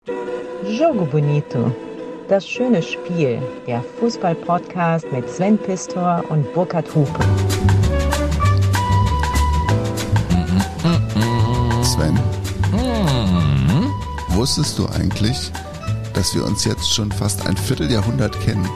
Jogo Bonito, das schöne Spiel, der Fußball-Podcast mit Sven Pistor und Burkhard Hupe. Sven, wusstest du eigentlich, dass wir uns jetzt schon fast ein Vierteljahrhundert kennen?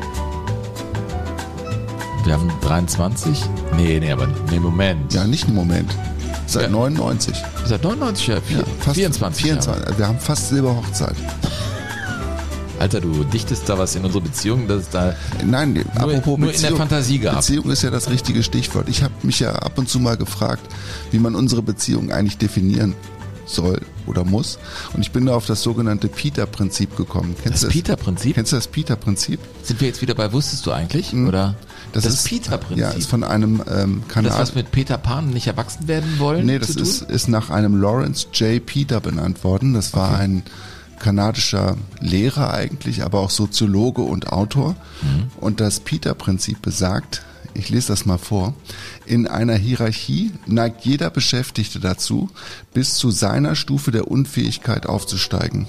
Wir haben 23? Nee, Moment. Ja, nicht im Moment. Seit 99. Seit 99, ja, fast 24. 24. Jahre. Wir haben fast Silberhochzeit. Alter, du dichtest da was in unsere Beziehung, dass es da Nein, apropos nur in der Fantasie gab. Beziehung ist ja das richtige Stichwort. Ich habe mich ja ab und zu mal gefragt, wie man unsere Beziehung eigentlich definieren soll oder muss. Und ich bin da auf das sogenannte Peter-Prinzip gekommen. Das Peter-Prinzip? Kennst du das Peter-Prinzip? Sind wir jetzt wieder bei Wusstest du eigentlich? Oder? Das Peter-Prinzip? Ja, ist von einem Kanal. Das, was mit Peter Pan nicht erwachsen werden wollen? Nee, das ist nach einem Lawrence J. Peter benannt worden. Das war ein kanadischer Lehrer eigentlich, aber auch Soziologe und Autor. Und das Peter-Prinzip besagt, ich lese das mal vor, in einer Hierarchie neigt jeder Beschäftigte dazu, bis zu seiner Stufe der Unfähigkeit aufzusteigen.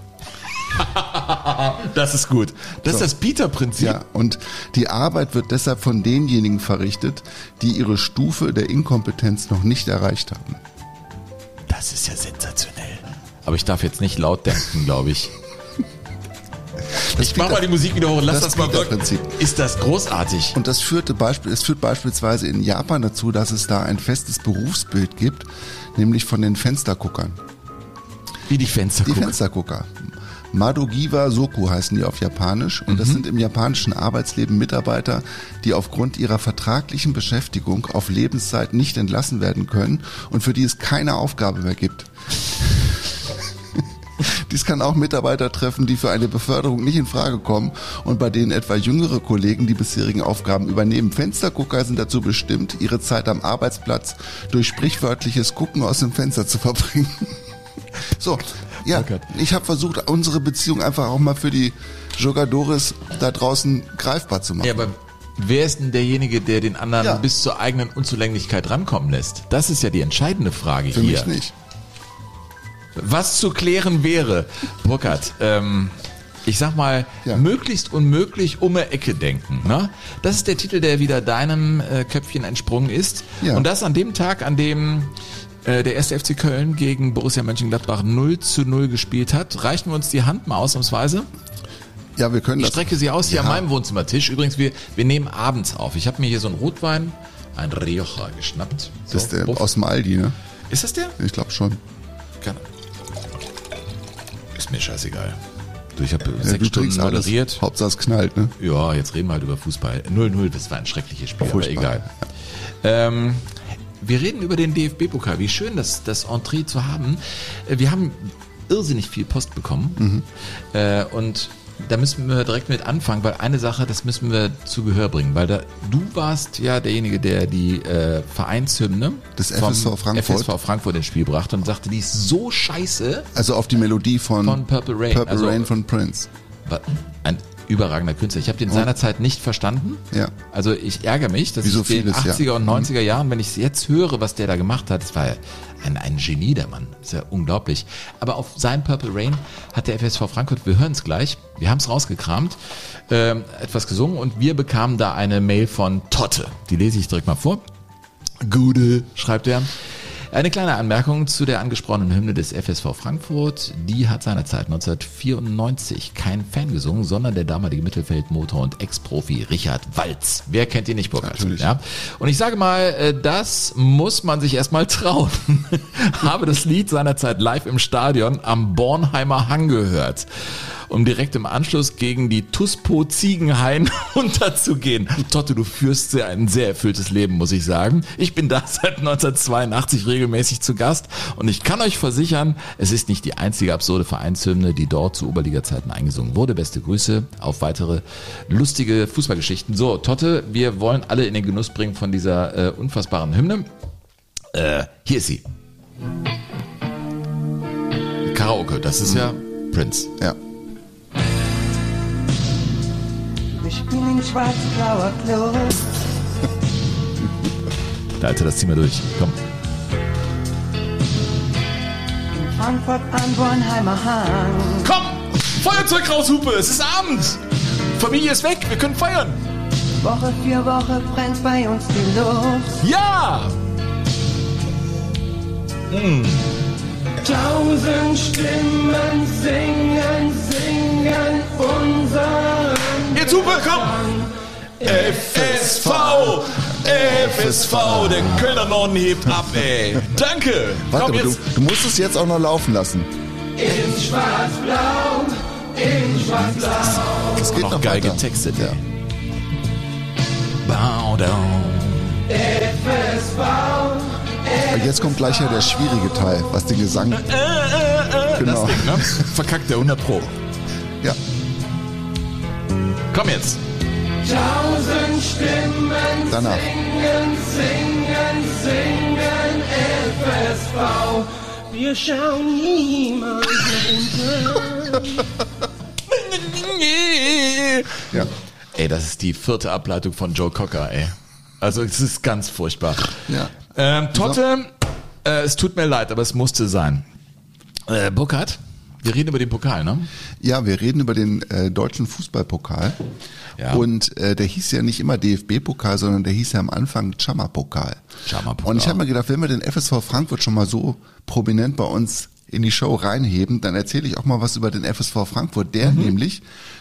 Das ist gut. Das ist das Peter-Prinzip. Ja, und die Arbeit wird deshalb von denjenigen verrichtet, die ihre Stufe der Inkompetenz noch nicht erreicht haben. Das ist ja sensationell. Aber ich darf jetzt nicht laut denken, glaube ich. Ich mach mal die Musik wieder hoch und lass das mal wirken. Ist das großartig. Und das führt beispielsweise in Japan dazu, dass es da ein festes Berufsbild gibt, nämlich von den Fensterguckern. Wie die Fenstergucker? Die Fenstergucker. Madogiwa Soku heißen die auf Japanisch und das sind im japanischen Arbeitsleben Mitarbeiter, die aufgrund ihrer vertraglichen Beschäftigung auf Lebenszeit nicht entlassen werden können und für die es keine Aufgabe mehr gibt. Dies kann auch Mitarbeiter treffen, die für eine Beförderung nicht in Frage kommen und bei denen etwa jüngere Kollegen die bisherigen Aufgaben übernehmen. Fenstergucker sind dazu bestimmt, ihre Zeit am Arbeitsplatz durch sprichwörtliches Gucken aus dem Fenster zu verbringen. So, ja, ich habe versucht, unsere Beziehung einfach auch mal für die Jogadores da draußen greifbar zu machen. Ja, aber wer ist denn derjenige, der den anderen bis zur eigenen Unzulänglichkeit rankommen lässt? Das ist ja die entscheidende Frage für hier. Für mich nicht. Was zu klären wäre, Burkhard, ich sag mal, möglichst unmöglich um die Ecke denken. Ne? Das ist der Titel, der wieder deinem Köpfchen entsprungen ist. Ja. Und das an dem Tag, an dem der 1. FC Köln gegen Borussia Mönchengladbach 0:0 gespielt hat. Reichen wir uns die Hand mal ausnahmsweise? Ja, wir können das. Ich strecke sie aus hier an meinem Wohnzimmertisch. Übrigens, wir nehmen abends auf. Ich habe mir hier so einen Rotwein, ein Rioja geschnappt. So, das ist der aus dem Aldi, ne? Ist das der? Ich glaube schon. Ist mir scheißegal. Ich habe 6 Stunden moderiert. Alles. Hauptsache es knallt, ne? Ja, jetzt reden wir halt über Fußball. 0:0, das war ein schreckliches Spiel, furchtbar, aber egal. Wir reden über den DFB-Pokal. Wie schön, das Entree zu haben. Wir haben irrsinnig viel Post bekommen. Und da müssen wir direkt mit anfangen, weil eine Sache, das müssen wir zu Gehör bringen. Weil du warst ja derjenige, der die Vereinshymne des FSV Frankfurt ins Spiel brachte und sagte, die ist so scheiße. Also auf die Melodie von Purple Rain. Rain von Prince. Ein überragender Künstler. Ich habe den seinerzeit nicht verstanden. Ja. Also ich ärgere mich, dass ich den 80er und 90er Jahren, wenn ich es jetzt höre, was der da gemacht hat, das war ein Genie, der Mann. Das ist ja unglaublich. Aber auf sein Purple Rain hat der FSV Frankfurt, wir hören es gleich, wir haben es rausgekramt, etwas gesungen und wir bekamen da eine Mail von Totte. Die lese ich direkt mal vor. Gude, schreibt er. Eine kleine Anmerkung zu der angesprochenen Hymne des FSV Frankfurt. Die hat seinerzeit 1994 kein Fan gesungen, sondern der damalige Mittelfeldmotor und Ex-Profi Richard Walz. Wer kennt ihn nicht, Burkhard? Ja. Und ich sage mal, das muss man sich erstmal trauen. Habe das Lied seinerzeit live im Stadion am Bornheimer Hang gehört, um direkt im Anschluss gegen die TuSpo Ziegenhain unterzugehen. Totte, du führst ein sehr erfülltes Leben, muss ich sagen. Ich bin da seit 1982 regelmäßig zu Gast und ich kann euch versichern, es ist nicht die einzige absurde Vereinshymne, die dort zu Oberliga-Zeiten eingesungen wurde. Beste Grüße auf weitere lustige Fußballgeschichten. So, Totte, wir wollen alle in den Genuss bringen von dieser unfassbaren Hymne. Hier ist sie. Karaoke, das ist ja Prince. Ja. Wir spielen schwarz-blauer Klo. Alter, das ziehen wir durch. Komm. Frankfurt an Bornheimer Hang. Komm, Feuerzeug raus, Hupe, es ist Abend. Familie ist weg, wir können feiern. Woche für Woche brennt bei uns die Luft. Ja! 1000 Stimmen singen unseren Jetzt Hupe, komm! FSV, der Kölner Norden hebt ab, ey. Danke. Warte, komm jetzt. Du musst es jetzt auch noch laufen lassen. in Schwarz-Blau, in Schwarz-Blau. Das geht noch geil weiter. getextet, ja. Bow down. FSV. Und jetzt kommt gleich ja der schwierige Teil, was den Gesang... Genau. Das Ding, ne? Verkackt der 100 Pro. Ja. Komm jetzt. 1000 Stimmen Danach. singen FSV. Wir schauen niemals nach unten. Ja. Ey, das ist die 4. Ableitung von Joe Cocker, ey. Also es ist ganz furchtbar. Ja. Totte, es tut mir leid, aber es musste sein. Burkhard, wir reden über den Pokal, ne? Ja, wir reden über den deutschen Fußballpokal. Ja. Und der hieß ja nicht immer DFB-Pokal, sondern der hieß ja am Anfang Chama-Pokal. Chama-Pokal. Und ich habe mir gedacht, wenn wir den FSV Frankfurt schon mal so prominent bei uns in die Show reinheben, dann erzähle ich auch mal was über den FSV Frankfurt, der nämlich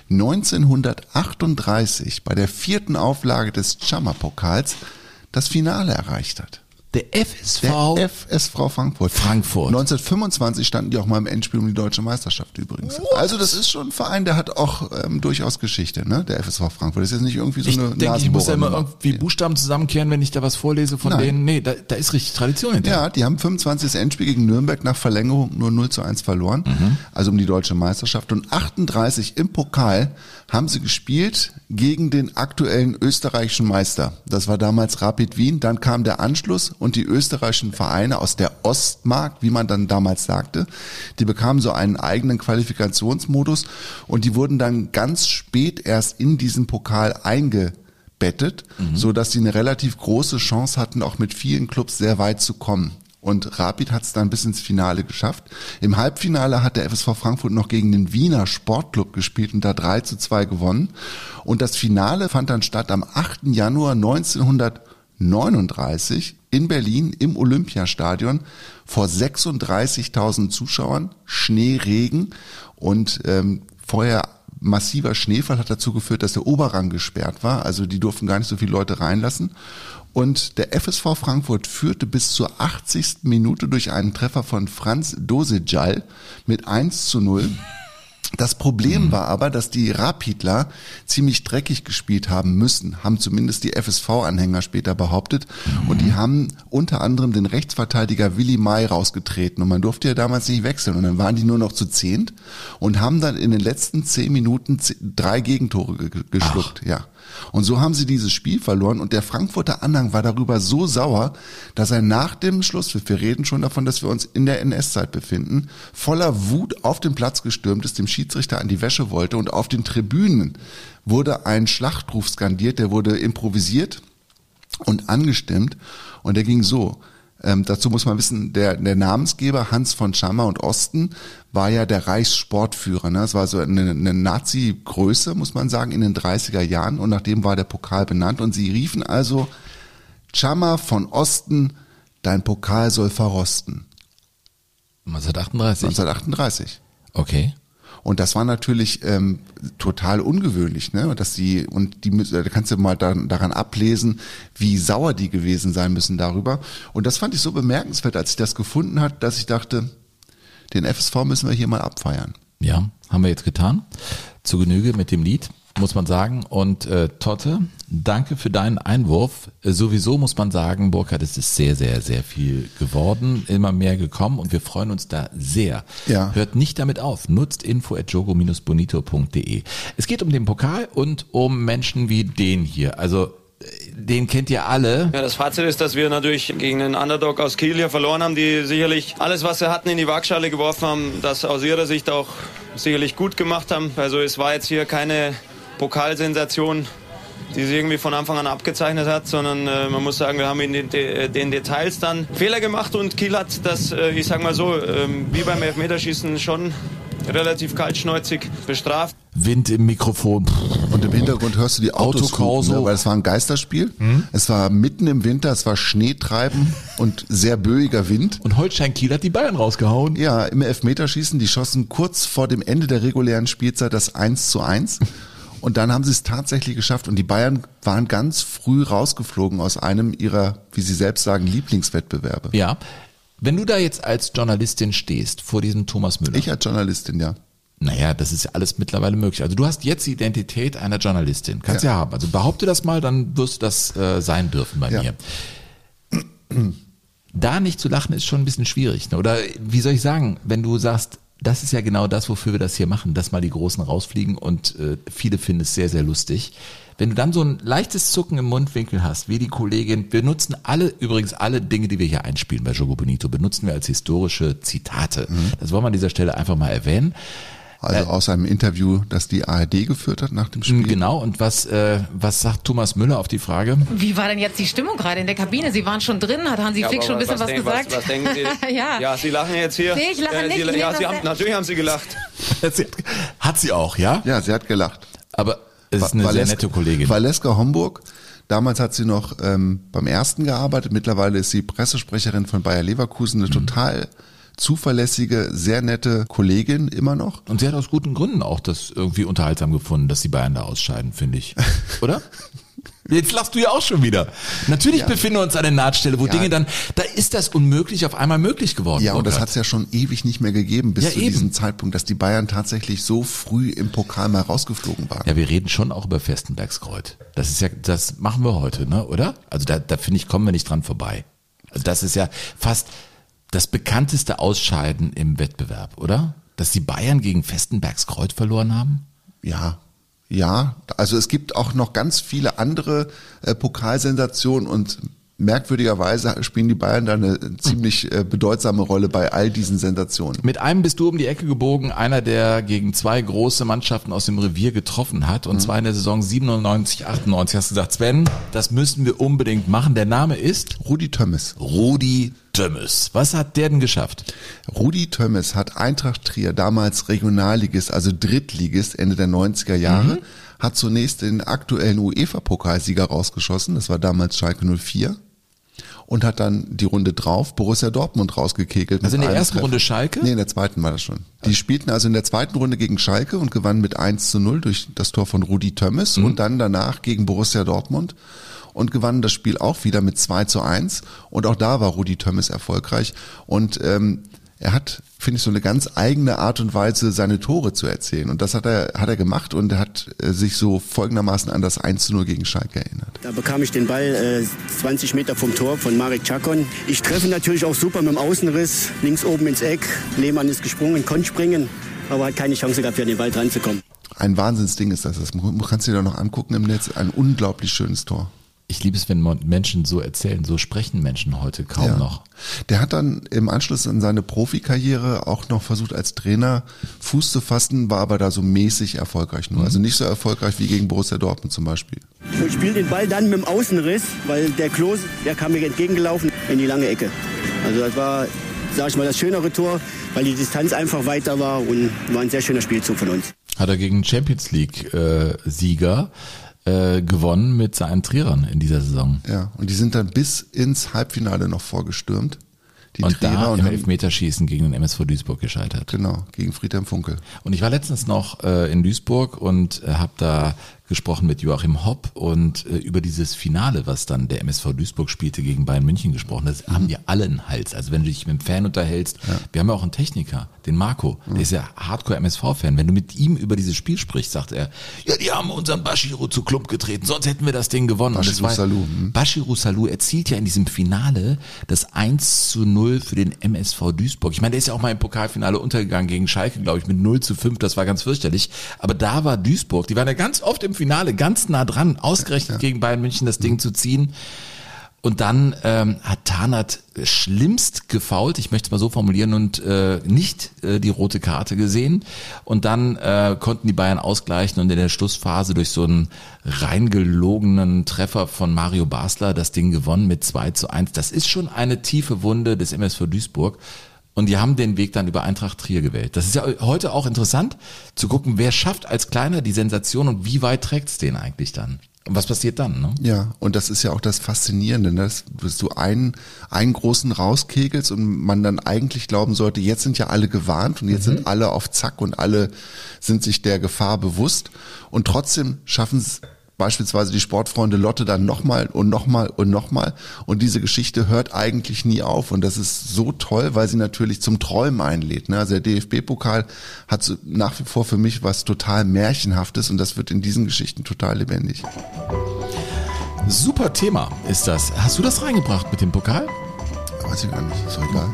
1938 bei der 4. Auflage des Chama-Pokals das Finale erreicht hat. Der FSV? Der FSV Frankfurt. 1925 standen die auch mal im Endspiel um die deutsche Meisterschaft übrigens. What? Also das ist schon ein Verein, der hat auch durchaus Geschichte, ne? Der FSV Frankfurt. Das ist jetzt nicht irgendwie so Ich eine denke, ich muss ja immer Nasenbohrer. irgendwie Buchstaben zusammenkehren, wenn ich da was vorlese von Nein. denen. Nee, da ist richtig Tradition hinter. Ja, die haben 25. Endspiel gegen Nürnberg nach Verlängerung nur 0:1 verloren, also um die deutsche Meisterschaft. Und 38 im Pokal haben sie gespielt gegen den aktuellen österreichischen Meister. Das war damals Rapid Wien. Dann kam der Anschluss und die österreichischen Vereine aus der Ostmark, wie man dann damals sagte, die bekamen so einen eigenen Qualifikationsmodus und die wurden dann ganz spät erst in diesen Pokal eingebettet, so dass sie eine relativ große Chance hatten, auch mit vielen Clubs sehr weit zu kommen. Und Rapid hat es dann bis ins Finale geschafft. Im Halbfinale hat der FSV Frankfurt noch gegen den Wiener Sportclub gespielt und da 3:2 gewonnen. Und das Finale fand dann statt am 8. Januar 1939 in Berlin im Olympiastadion vor 36.000 Zuschauern, Schneeregen und vorher massiver Schneefall hat dazu geführt, dass der Oberrang gesperrt war. Also die durften gar nicht so viele Leute reinlassen. Und der FSV Frankfurt führte bis zur 80. Minute durch einen Treffer von Franz Dosejal mit 1:0. Das Problem war aber, dass die Rapidler ziemlich dreckig gespielt haben müssen, haben zumindest die FSV-Anhänger später behauptet. Und die haben unter anderem den Rechtsverteidiger Willi May rausgetreten. Und man durfte ja damals nicht wechseln. Und dann waren die nur noch zu 10 und haben dann in den letzten 10 Minuten 3 Gegentore geschluckt. Ja. Und so haben sie dieses Spiel verloren und der Frankfurter Anhang war darüber so sauer, dass er nach dem Schlusspfiff, wir reden schon davon, dass wir uns in der NS-Zeit befinden, voller Wut auf den Platz gestürmt ist, dem Schiedsrichter an die Wäsche wollte und auf den Tribünen wurde ein Schlachtruf skandiert, der wurde improvisiert und angestimmt und der ging so. Dazu muss man wissen, der Namensgeber Hans von Schammer und Osten war ja der Reichssportführer. Ne? Das war so eine Nazi-Größe, muss man sagen, in den 30er Jahren und nachdem war der Pokal benannt und sie riefen also Schammer von Osten, dein Pokal soll verrosten. 1938. Okay. Und das war natürlich total ungewöhnlich, ne? Da kannst du mal daran ablesen, wie sauer die gewesen sein müssen darüber. Und das fand ich so bemerkenswert, als ich das gefunden habe, dass ich dachte, den FSV müssen wir hier mal abfeiern. Ja, haben wir jetzt getan. Zu Genüge mit dem Lied, muss man sagen. Und Totte, danke für deinen Einwurf. Sowieso muss man sagen, Burkhard, es ist sehr, sehr, sehr viel geworden, immer mehr gekommen und wir freuen uns da sehr. Ja. Hört nicht damit auf, nutzt info@jogo-bonito.de. Es geht um den Pokal und um Menschen wie den hier. Also den kennt ihr alle. Ja, das Fazit ist, dass wir natürlich gegen einen Underdog aus Kiel hier verloren haben, die sicherlich alles, was sie hatten, in die Waagschale geworfen haben, das aus ihrer Sicht auch sicherlich gut gemacht haben. Also es war jetzt hier keine Pokalsensation, die sich irgendwie von Anfang an abgezeichnet hat, sondern man muss sagen, wir haben in den Details dann Fehler gemacht und Kiel hat das, ich sag mal so, wie beim Elfmeterschießen schon relativ kaltschnäuzig bestraft. Wind im Mikrofon. Und im Hintergrund hörst du die Autos hupen, ne? Weil es war ein Geisterspiel. Es war mitten im Winter, es war Schneetreiben und sehr böiger Wind. Und Holstein Kiel hat die Bayern rausgehauen. Ja, im Elfmeterschießen, die schossen kurz vor dem Ende der regulären Spielzeit das 1:1. Und dann haben sie es tatsächlich geschafft. Und die Bayern waren ganz früh rausgeflogen aus einem ihrer, wie sie selbst sagen, Lieblingswettbewerbe. Ja. Wenn du da jetzt als Journalistin stehst, vor diesem Thomas Müller. Ich als Journalistin, ja. Naja, das ist ja alles mittlerweile möglich. Also du hast jetzt die Identität einer Journalistin. Kannst ja haben. Also behaupte das mal, dann wirst du das sein dürfen bei mir. Da nicht zu lachen ist schon ein bisschen schwierig. Ne? Oder wie soll ich sagen, wenn du sagst, das ist ja genau das, wofür wir das hier machen, dass mal die Großen rausfliegen und viele finden es sehr, sehr lustig. Wenn du dann so ein leichtes Zucken im Mundwinkel hast, wie die Kollegin, wir nutzen übrigens alle Dinge, die wir hier einspielen bei Jogo Bonito, benutzen wir als historische Zitate. Das wollen wir an dieser Stelle einfach mal erwähnen. Also aus einem Interview, das die ARD geführt hat nach dem Spiel. Genau, und was sagt Thomas Müller auf die Frage? Wie war denn jetzt die Stimmung gerade in der Kabine? Sie waren schon drin, hat Hansi Flick schon ein bisschen was gesagt? Was denken Sie? Ja, Sie lachen jetzt hier. Nee, ich lache nicht. Natürlich haben Sie gelacht. Hat sie auch, ja? Ja, sie hat gelacht. Aber es ist eine sehr nette Kollegin. Valeska Homburg. Damals hat sie noch beim Ersten gearbeitet. Mittlerweile ist sie Pressesprecherin von Bayer Leverkusen. Eine total zuverlässige, sehr nette Kollegin immer noch. Und sie hat aus guten Gründen auch das irgendwie unterhaltsam gefunden, dass die Bayern da ausscheiden, finde ich. Oder? Jetzt lachst du ja auch schon wieder. Natürlich befinden wir uns an der Nahtstelle, wo Dinge dann, da ist das unmöglich auf einmal möglich geworden. Ja, und das hat es ja schon ewig nicht mehr gegeben, bis zu diesem Zeitpunkt, dass die Bayern tatsächlich so früh im Pokal mal rausgeflogen waren. Ja, wir reden schon auch über Vestenbergskreuz. Das ist ja, das machen wir heute, ne, oder? Also da finde ich, kommen wir nicht dran vorbei. Also das ist ja fast das bekannteste Ausscheiden im Wettbewerb, oder? Dass die Bayern gegen Vestenbergskreuz verloren haben? Ja, also es gibt auch noch ganz viele andere Pokalsensationen und merkwürdigerweise spielen die Bayern da eine ziemlich bedeutsame Rolle bei all diesen Sensationen. Mit einem bist du um die Ecke gebogen, einer, der gegen zwei große Mannschaften aus dem Revier getroffen hat, und zwar in der Saison 97, 98. Hast du gesagt, Sven, das müssen wir unbedingt machen. Der Name ist? Rudi Tömmes. Rudi Tömmes. Was hat der denn geschafft? Rudi Tömmes hat Eintracht Trier, damals Regionalligist, also Drittligist, Ende der 90er Jahre, hat zunächst den aktuellen UEFA-Pokalsieger rausgeschossen, das war damals Schalke 04. Und hat dann die Runde drauf Borussia Dortmund rausgekegelt. Also in der ersten Runde Schalke? Nee, in der zweiten war das schon. Die spielten also in der zweiten Runde gegen Schalke und gewannen mit 1:0 durch das Tor von Rudi Tömmes und dann danach gegen Borussia Dortmund und gewannen das Spiel auch wieder mit 2:1. Und auch da war Rudi Tömmes erfolgreich. Und er hat, finde ich, so eine ganz eigene Art und Weise, seine Tore zu erzählen. Und das hat er gemacht und er hat sich so folgendermaßen an das 1:0 gegen Schalke erinnert. Da bekam ich den Ball 20 Meter vom Tor von Marek Czakon. Ich treffe natürlich auch super mit dem Außenriss, links oben ins Eck. Lehmann ist gesprungen, konnte springen, aber hat keine Chance gehabt, an den Ball dran zu kommen. Ein Wahnsinnsding ist das. Das kannst du dir doch noch angucken im Netz. Ein unglaublich schönes Tor. Ich liebe es, wenn Menschen so erzählen. So sprechen Menschen heute kaum noch. Der hat dann im Anschluss an seine Profikarriere auch noch versucht, als Trainer Fuß zu fassen, war aber da so mäßig erfolgreich nur. Also nicht so erfolgreich wie gegen Borussia Dortmund zum Beispiel. Ich spiele den Ball dann mit dem Außenriss, weil der Klose, der kam mir entgegengelaufen in die lange Ecke. Also das war, sag ich mal, das schönere Tor, weil die Distanz einfach weiter war und war ein sehr schöner Spielzug von uns. Hat er gegen Champions League Sieger gewonnen mit seinen Trierern in dieser Saison. Ja, und die sind dann bis ins Halbfinale noch vorgestürmt. Die und Trierer da im Elfmeterschießen gegen den MSV Duisburg gescheitert. Genau, gegen Friedhelm Funkel. Und ich war letztens noch in Duisburg und habe da gesprochen mit Joachim Hopp und über dieses Finale, was dann der MSV Duisburg spielte gegen Bayern München gesprochen. Das haben die alle einen Hals. Also wenn du dich mit dem Fan unterhältst, wir haben ja auch einen Techniker, den Marco, der ist ja Hardcore-MSV-Fan. Wenn du mit ihm über dieses Spiel sprichst, sagt er, ja, die haben unseren Bashiru zu Klump getreten, sonst hätten wir das Ding gewonnen. Bashiru Salou. Bashiru Salou erzielt ja in diesem Finale das 1:0 für den MSV Duisburg. Ich meine, der ist ja auch mal im Pokalfinale untergegangen gegen Schalke, glaube ich, mit 0:5. Das war ganz fürchterlich. Aber da war Duisburg, die waren ja ganz oft im Finale, ganz nah dran, ausgerechnet gegen Bayern München das Ding zu ziehen. Und dann hat Tarnath schlimmst gefoult, ich möchte es mal so formulieren, und nicht die rote Karte gesehen. Und dann konnten die Bayern ausgleichen und in der Schlussphase durch so einen reingelogenen Treffer von Mario Basler das Ding gewonnen mit 2:1. Das ist schon eine tiefe Wunde des MSV Duisburg. Und die haben den Weg dann über Eintracht Trier gewählt. Das ist ja heute auch interessant zu gucken, wer schafft als Kleiner die Sensation und wie weit trägt es den eigentlich dann? Und was passiert dann? Ne? Ja, und das ist ja auch das Faszinierende, ne? Dass du einen großen rauskegelst und man dann eigentlich glauben sollte, jetzt sind ja alle gewarnt und jetzt sind alle auf Zack und alle sind sich der Gefahr bewusst. Und trotzdem schaffen es beispielsweise die Sportfreunde Lotte dann nochmal und nochmal und nochmal. Und diese Geschichte hört eigentlich nie auf. Und das ist so toll, weil sie natürlich zum Träumen einlädt. Also der DFB-Pokal hat so nach wie vor für mich was total Märchenhaftes und das wird in diesen Geschichten total lebendig. Super Thema ist das. Hast du das reingebracht mit dem Pokal? Weiß ich gar nicht, ist doch egal.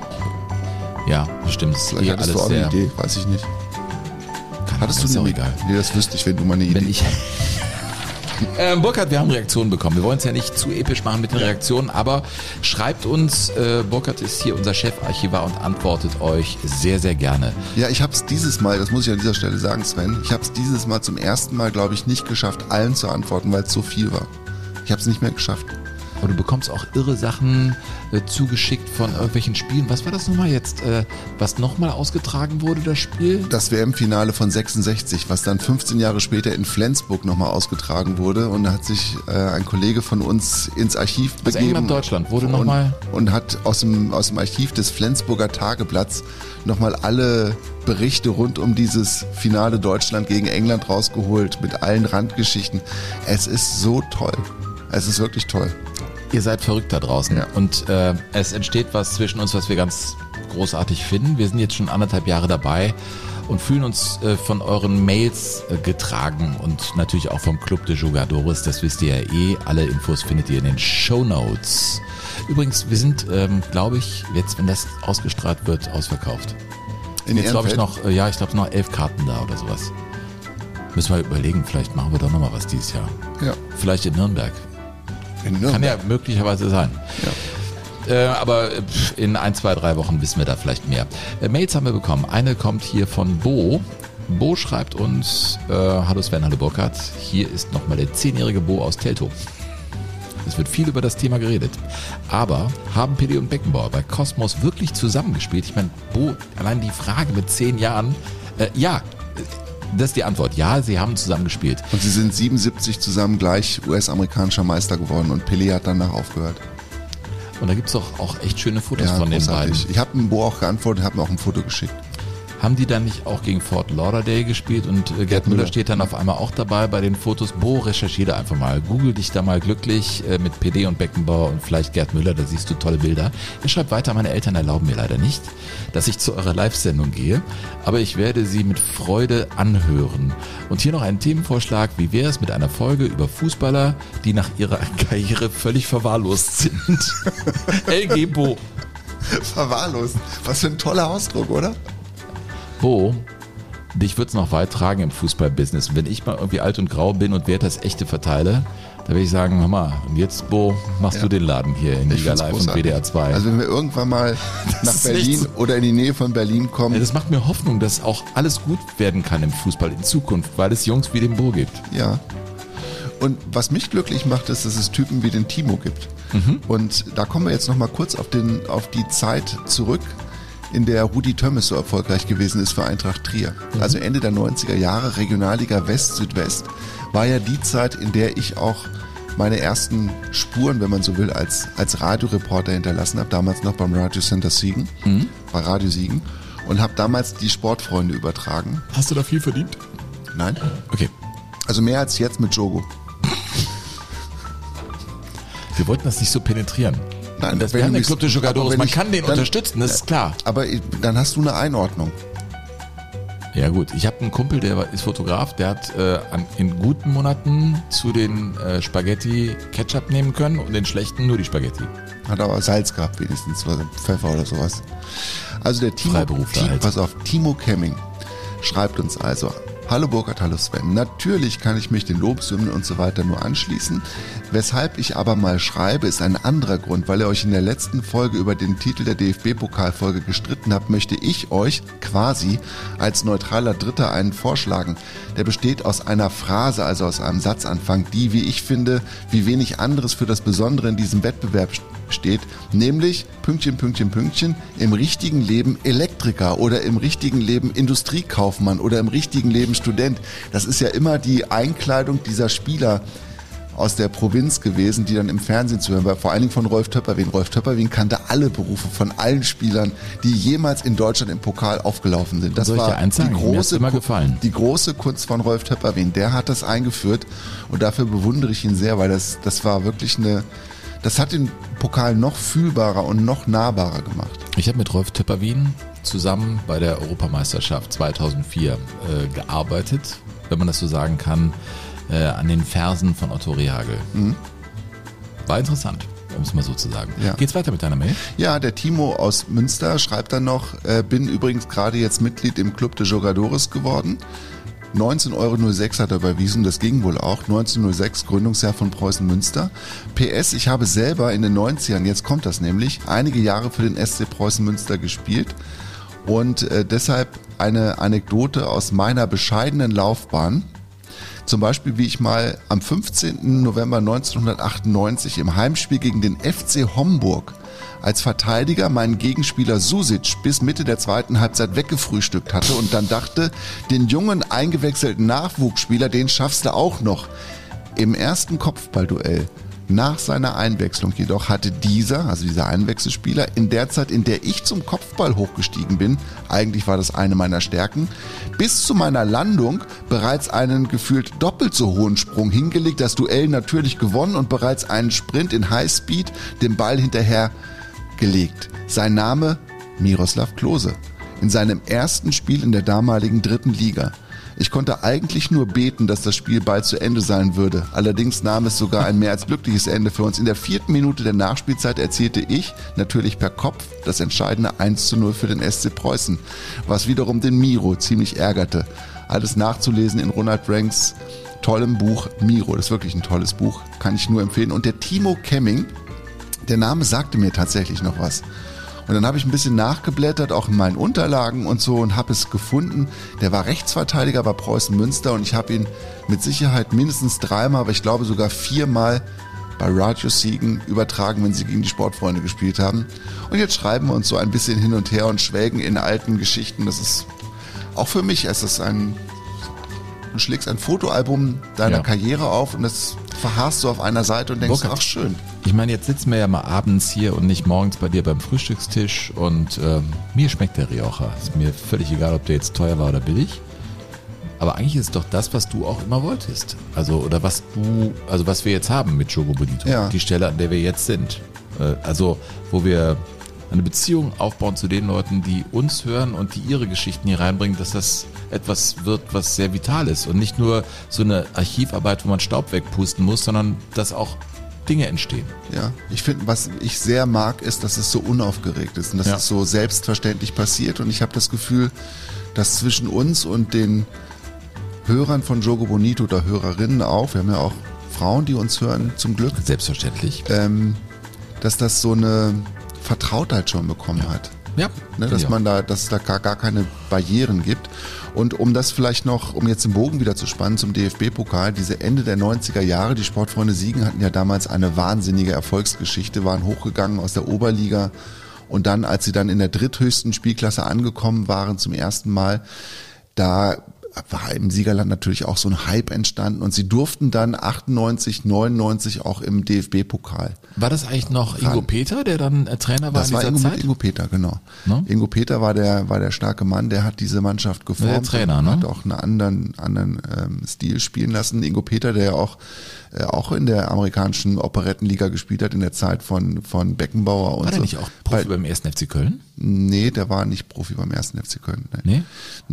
Ja, bestimmt. Vielleicht hattest du auch eine Idee, weiß ich nicht. Hattest du eine Idee? Nee, das wüsste ich, wenn du mal eine Idee hast. Burkhard, wir haben Reaktionen bekommen. Wir wollen es ja nicht zu episch machen mit den Reaktionen, aber schreibt uns, Burkhard ist hier unser Chefarchivar und antwortet euch sehr, sehr gerne. Ja, ich habe es dieses Mal, das muss ich an dieser Stelle sagen, Sven, ich habe es dieses Mal zum ersten Mal, glaube ich, nicht geschafft, allen zu antworten, weil es so viel war. Ich habe es nicht mehr geschafft. Aber du bekommst auch irre Sachen zugeschickt von irgendwelchen Spielen. Was war das nochmal jetzt, was nochmal ausgetragen wurde, das Spiel? Das WM-Finale von 66, was dann 15 Jahre später in Flensburg nochmal ausgetragen wurde. Und da hat sich ein Kollege von uns ins Archiv begeben. Also England-Deutschland wurde nochmal... Und hat aus dem Archiv des Flensburger Tageblatts nochmal alle Berichte rund um dieses Finale Deutschland gegen England rausgeholt mit allen Randgeschichten. Es ist so toll. Es ist wirklich toll. Ihr seid verrückt da draußen. Ja. Und es entsteht was zwischen uns, was wir ganz großartig finden. Wir sind jetzt schon 1,5 Jahre dabei und fühlen uns von euren Mails getragen und natürlich auch vom Club de Jugadores. Das wisst ihr ja eh. Alle Infos findet ihr in den Shownotes. Übrigens, wir sind, glaube ich, jetzt, wenn das ausgestrahlt wird, ausverkauft. Jetzt glaube ich noch 11 Karten da oder sowas. Müssen wir überlegen, vielleicht machen wir doch nochmal was dieses Jahr. Ja. Vielleicht in Nürnberg. Kann ja möglicherweise sein. Ja. Aber in 1, 2, 3 Wochen wissen wir da vielleicht mehr. Mails haben wir bekommen. Eine kommt hier von Bo. Bo schreibt uns, hallo Sven, hallo Burkhard. Hier ist nochmal der 10-jährige Bo aus Teltow. Es wird viel über das Thema geredet. Aber haben Pelé und Beckenbauer bei Kosmos wirklich zusammengespielt? Ich meine, Bo, allein die Frage mit 10 Jahren, ja. Das ist die Antwort. Ja, sie haben zusammen gespielt. Und sie sind 77 zusammen gleich US-amerikanischer Meister geworden und Pelé hat danach aufgehört. Und da gibt es auch echt schöne Fotos von den beiden. Ich habe dem Bo auch geantwortet, habe mir auch ein Foto geschickt. Haben die dann nicht auch gegen Fort Lauderdale gespielt und Gerd Müller steht dann auf einmal auch dabei bei den Fotos? Bo, recherchiere einfach mal. Google dich da mal glücklich mit Pelé und Beckenbauer und vielleicht Gerd Müller, da siehst du tolle Bilder. Er schreibt weiter, meine Eltern erlauben mir leider nicht, dass ich zu eurer Live-Sendung gehe, aber ich werde sie mit Freude anhören. Und hier noch ein Themenvorschlag, wie wäre es mit einer Folge über Fußballer, die nach ihrer Karriere völlig verwahrlost sind? LG Bo. Verwahrlost, was für ein toller Ausdruck, oder? Bo, dich wird's noch weit tragen im Fußballbusiness. Und wenn ich mal irgendwie alt und grau bin und Wert das Echte verteile, da will ich sagen, hör mal, und jetzt, Bo, machst du den Laden hier in Liga Live und WDR 2. Also wenn wir irgendwann mal nach Berlin oder in die Nähe von Berlin kommen. Ja, das macht mir Hoffnung, dass auch alles gut werden kann im Fußball in Zukunft, weil es Jungs wie den Bo gibt. Ja. Und was mich glücklich macht, ist, dass es Typen wie den Timo gibt. Mhm. Und da kommen wir jetzt noch mal kurz auf die Zeit zurück, in der Rudi Tömmes so erfolgreich gewesen ist für Eintracht Trier. Also Ende der 90er Jahre, Regionalliga West-Südwest, war ja die Zeit, in der ich auch meine ersten Spuren, wenn man so will, als Radioreporter hinterlassen habe. Damals noch beim Radio Center Siegen, bei Radio Siegen. Und habe damals die Sportfreunde übertragen. Hast du da viel verdient? Nein. Okay. Also mehr als jetzt mit Jogo. Wir wollten das nicht so penetrieren. Nein, wir haben den Club de Jugadores, man kann den unterstützen, das ist klar. Aber dann hast du eine Einordnung. Ja gut, ich habe einen Kumpel, der ist Fotograf, der hat in guten Monaten zu den Spaghetti Ketchup nehmen können und in schlechten nur die Spaghetti. Hat aber Salz gehabt wenigstens, Pfeffer oder sowas. Also der Timo, Freiberufler halt. Pass auf, Timo Kemming schreibt uns also: Hallo Burkhard, hallo Sven. Natürlich kann ich mich den Lobeshymnen und so weiter nur anschließen. Weshalb ich aber mal schreibe, ist ein anderer Grund. Weil ihr euch in der letzten Folge über den Titel der DFB-Pokalfolge gestritten habt, möchte ich euch quasi als neutraler Dritter einen vorschlagen. Der besteht aus einer Phrase, also aus einem Satzanfang, die, wie ich finde, wie wenig anderes für das Besondere in diesem Wettbewerb steht, nämlich Pünktchen, Pünktchen, Pünktchen, im richtigen Leben Elektriker oder im richtigen Leben Industriekaufmann oder im richtigen Leben Student. Das ist ja immer die Einkleidung dieser Spieler aus der Provinz gewesen, die dann im Fernsehen zu hören war, vor allen Dingen von Rolf Töpperwien. Rolf Töpperwien kannte alle Berufe von allen Spielern, die jemals in Deutschland im Pokal aufgelaufen sind. Das war die große Kunst von Rolf Töpperwien. Der hat das eingeführt und dafür bewundere ich ihn sehr, weil das war wirklich das hat den Pokal noch fühlbarer und noch nahbarer gemacht. Ich habe mit Rolf Töpperwien zusammen bei der Europameisterschaft 2004 gearbeitet, wenn man das so sagen kann, an den Fersen von Otto Rehhagel. Mhm. War interessant, um es mal so zu sagen. Ja. Geht's weiter mit deiner Mail? Ja, der Timo aus Münster schreibt dann noch, bin übrigens gerade jetzt Mitglied im Club de Jogadores geworden. 19,06 € hat er überwiesen, das ging wohl auch. 1906, Gründungsjahr von Preußen Münster. PS, ich habe selber in den 90ern, jetzt kommt das nämlich, einige Jahre für den SC Preußen Münster gespielt. Und deshalb eine Anekdote aus meiner bescheidenen Laufbahn. Zum Beispiel, wie ich mal am 15. November 1998 im Heimspiel gegen den FC Homburg als Verteidiger meinen Gegenspieler Susic bis Mitte der zweiten Halbzeit weggefrühstückt hatte und dann dachte, den jungen eingewechselten Nachwuchsspieler, den schaffst du auch noch. Im ersten Kopfballduell nach seiner Einwechslung jedoch hatte dieser Einwechselspieler, in der Zeit, in der ich zum Kopfball hochgestiegen bin, eigentlich war das eine meiner Stärken, bis zu meiner Landung bereits einen gefühlt doppelt so hohen Sprung hingelegt, das Duell natürlich gewonnen und bereits einen Sprint in Highspeed dem Ball hinterher gelegt. Sein Name Miroslav Klose. In seinem ersten Spiel in der damaligen 3. Liga. Ich konnte eigentlich nur beten, dass das Spiel bald zu Ende sein würde. Allerdings nahm es sogar ein mehr als glückliches Ende für uns. In der 4. Minute der Nachspielzeit erzielte ich, natürlich per Kopf, das entscheidende 1:0 für den SC Preußen, was wiederum den Miro ziemlich ärgerte. Alles nachzulesen in Ronald Ranks tollem Buch Miro. Das ist wirklich ein tolles Buch, kann ich nur empfehlen. Und der Timo Kemming, der Name sagte mir tatsächlich noch was. Und dann habe ich ein bisschen nachgeblättert, auch in meinen Unterlagen und so, und habe es gefunden. Der war Rechtsverteidiger bei Preußen Münster und ich habe ihn mit Sicherheit mindestens 3-mal, aber ich glaube sogar 4-mal bei Radiosiegen übertragen, wenn sie gegen die Sportfreunde gespielt haben. Und jetzt schreiben wir uns so ein bisschen hin und her und schwelgen in alten Geschichten. Das ist auch für mich, du schlägst ein Fotoalbum deiner Karriere auf und das verharrst du auf einer Seite und denkst, ach schön. Ich meine, jetzt sitzen wir ja mal abends hier und nicht morgens bei dir beim Frühstückstisch und mir schmeckt der Rioja. Ist mir völlig egal, ob der jetzt teuer war oder billig. Aber eigentlich ist es doch das, was du auch immer wolltest. Was wir jetzt haben mit Jogo Bonito. Ja. Die Stelle, an der wir jetzt sind. Wo wir eine Beziehung aufbauen zu den Leuten, die uns hören und die ihre Geschichten hier reinbringen, dass das etwas wird, was sehr vital ist und nicht nur so eine Archivarbeit, wo man Staub wegpusten muss, sondern dass auch Dinge entstehen. Ja, ich finde, was ich sehr mag, ist, dass es so unaufgeregt ist und dass es so selbstverständlich passiert und ich habe das Gefühl, dass zwischen uns und den Hörern von Jogo Bonito oder Hörerinnen auch, wir haben ja auch Frauen, die uns hören, zum Glück. Selbstverständlich. Dass das so eine Vertrautheit schon bekommen hat. Ja. Ne, dass es da gar keine Barrieren gibt. Und um das vielleicht noch, um jetzt den Bogen wieder zu spannen zum DFB-Pokal, diese Ende der 90er Jahre, die Sportfreunde Siegen hatten ja damals eine wahnsinnige Erfolgsgeschichte, waren hochgegangen aus der Oberliga und dann, als sie dann in der dritthöchsten Spielklasse angekommen waren zum ersten Mal, da war im Siegerland natürlich auch so ein Hype entstanden und sie durften dann 98, 99 auch im DFB-Pokal. War das eigentlich noch Ingo Peter, der dann Trainer war in dieser Zeit? Das war Ingo Peter, genau. No? Ingo Peter war der starke Mann, der hat diese Mannschaft geformt. Der Trainer, ne? Hat auch einen anderen Stil spielen lassen. Ingo Peter, der ja auch in der amerikanischen Operettenliga gespielt hat in der Zeit von Beckenbauer und so. War der nicht auch Profi beim 1. FC Köln? Nee, der war nicht Profi beim 1. FC Köln. Nee? Nee. Ich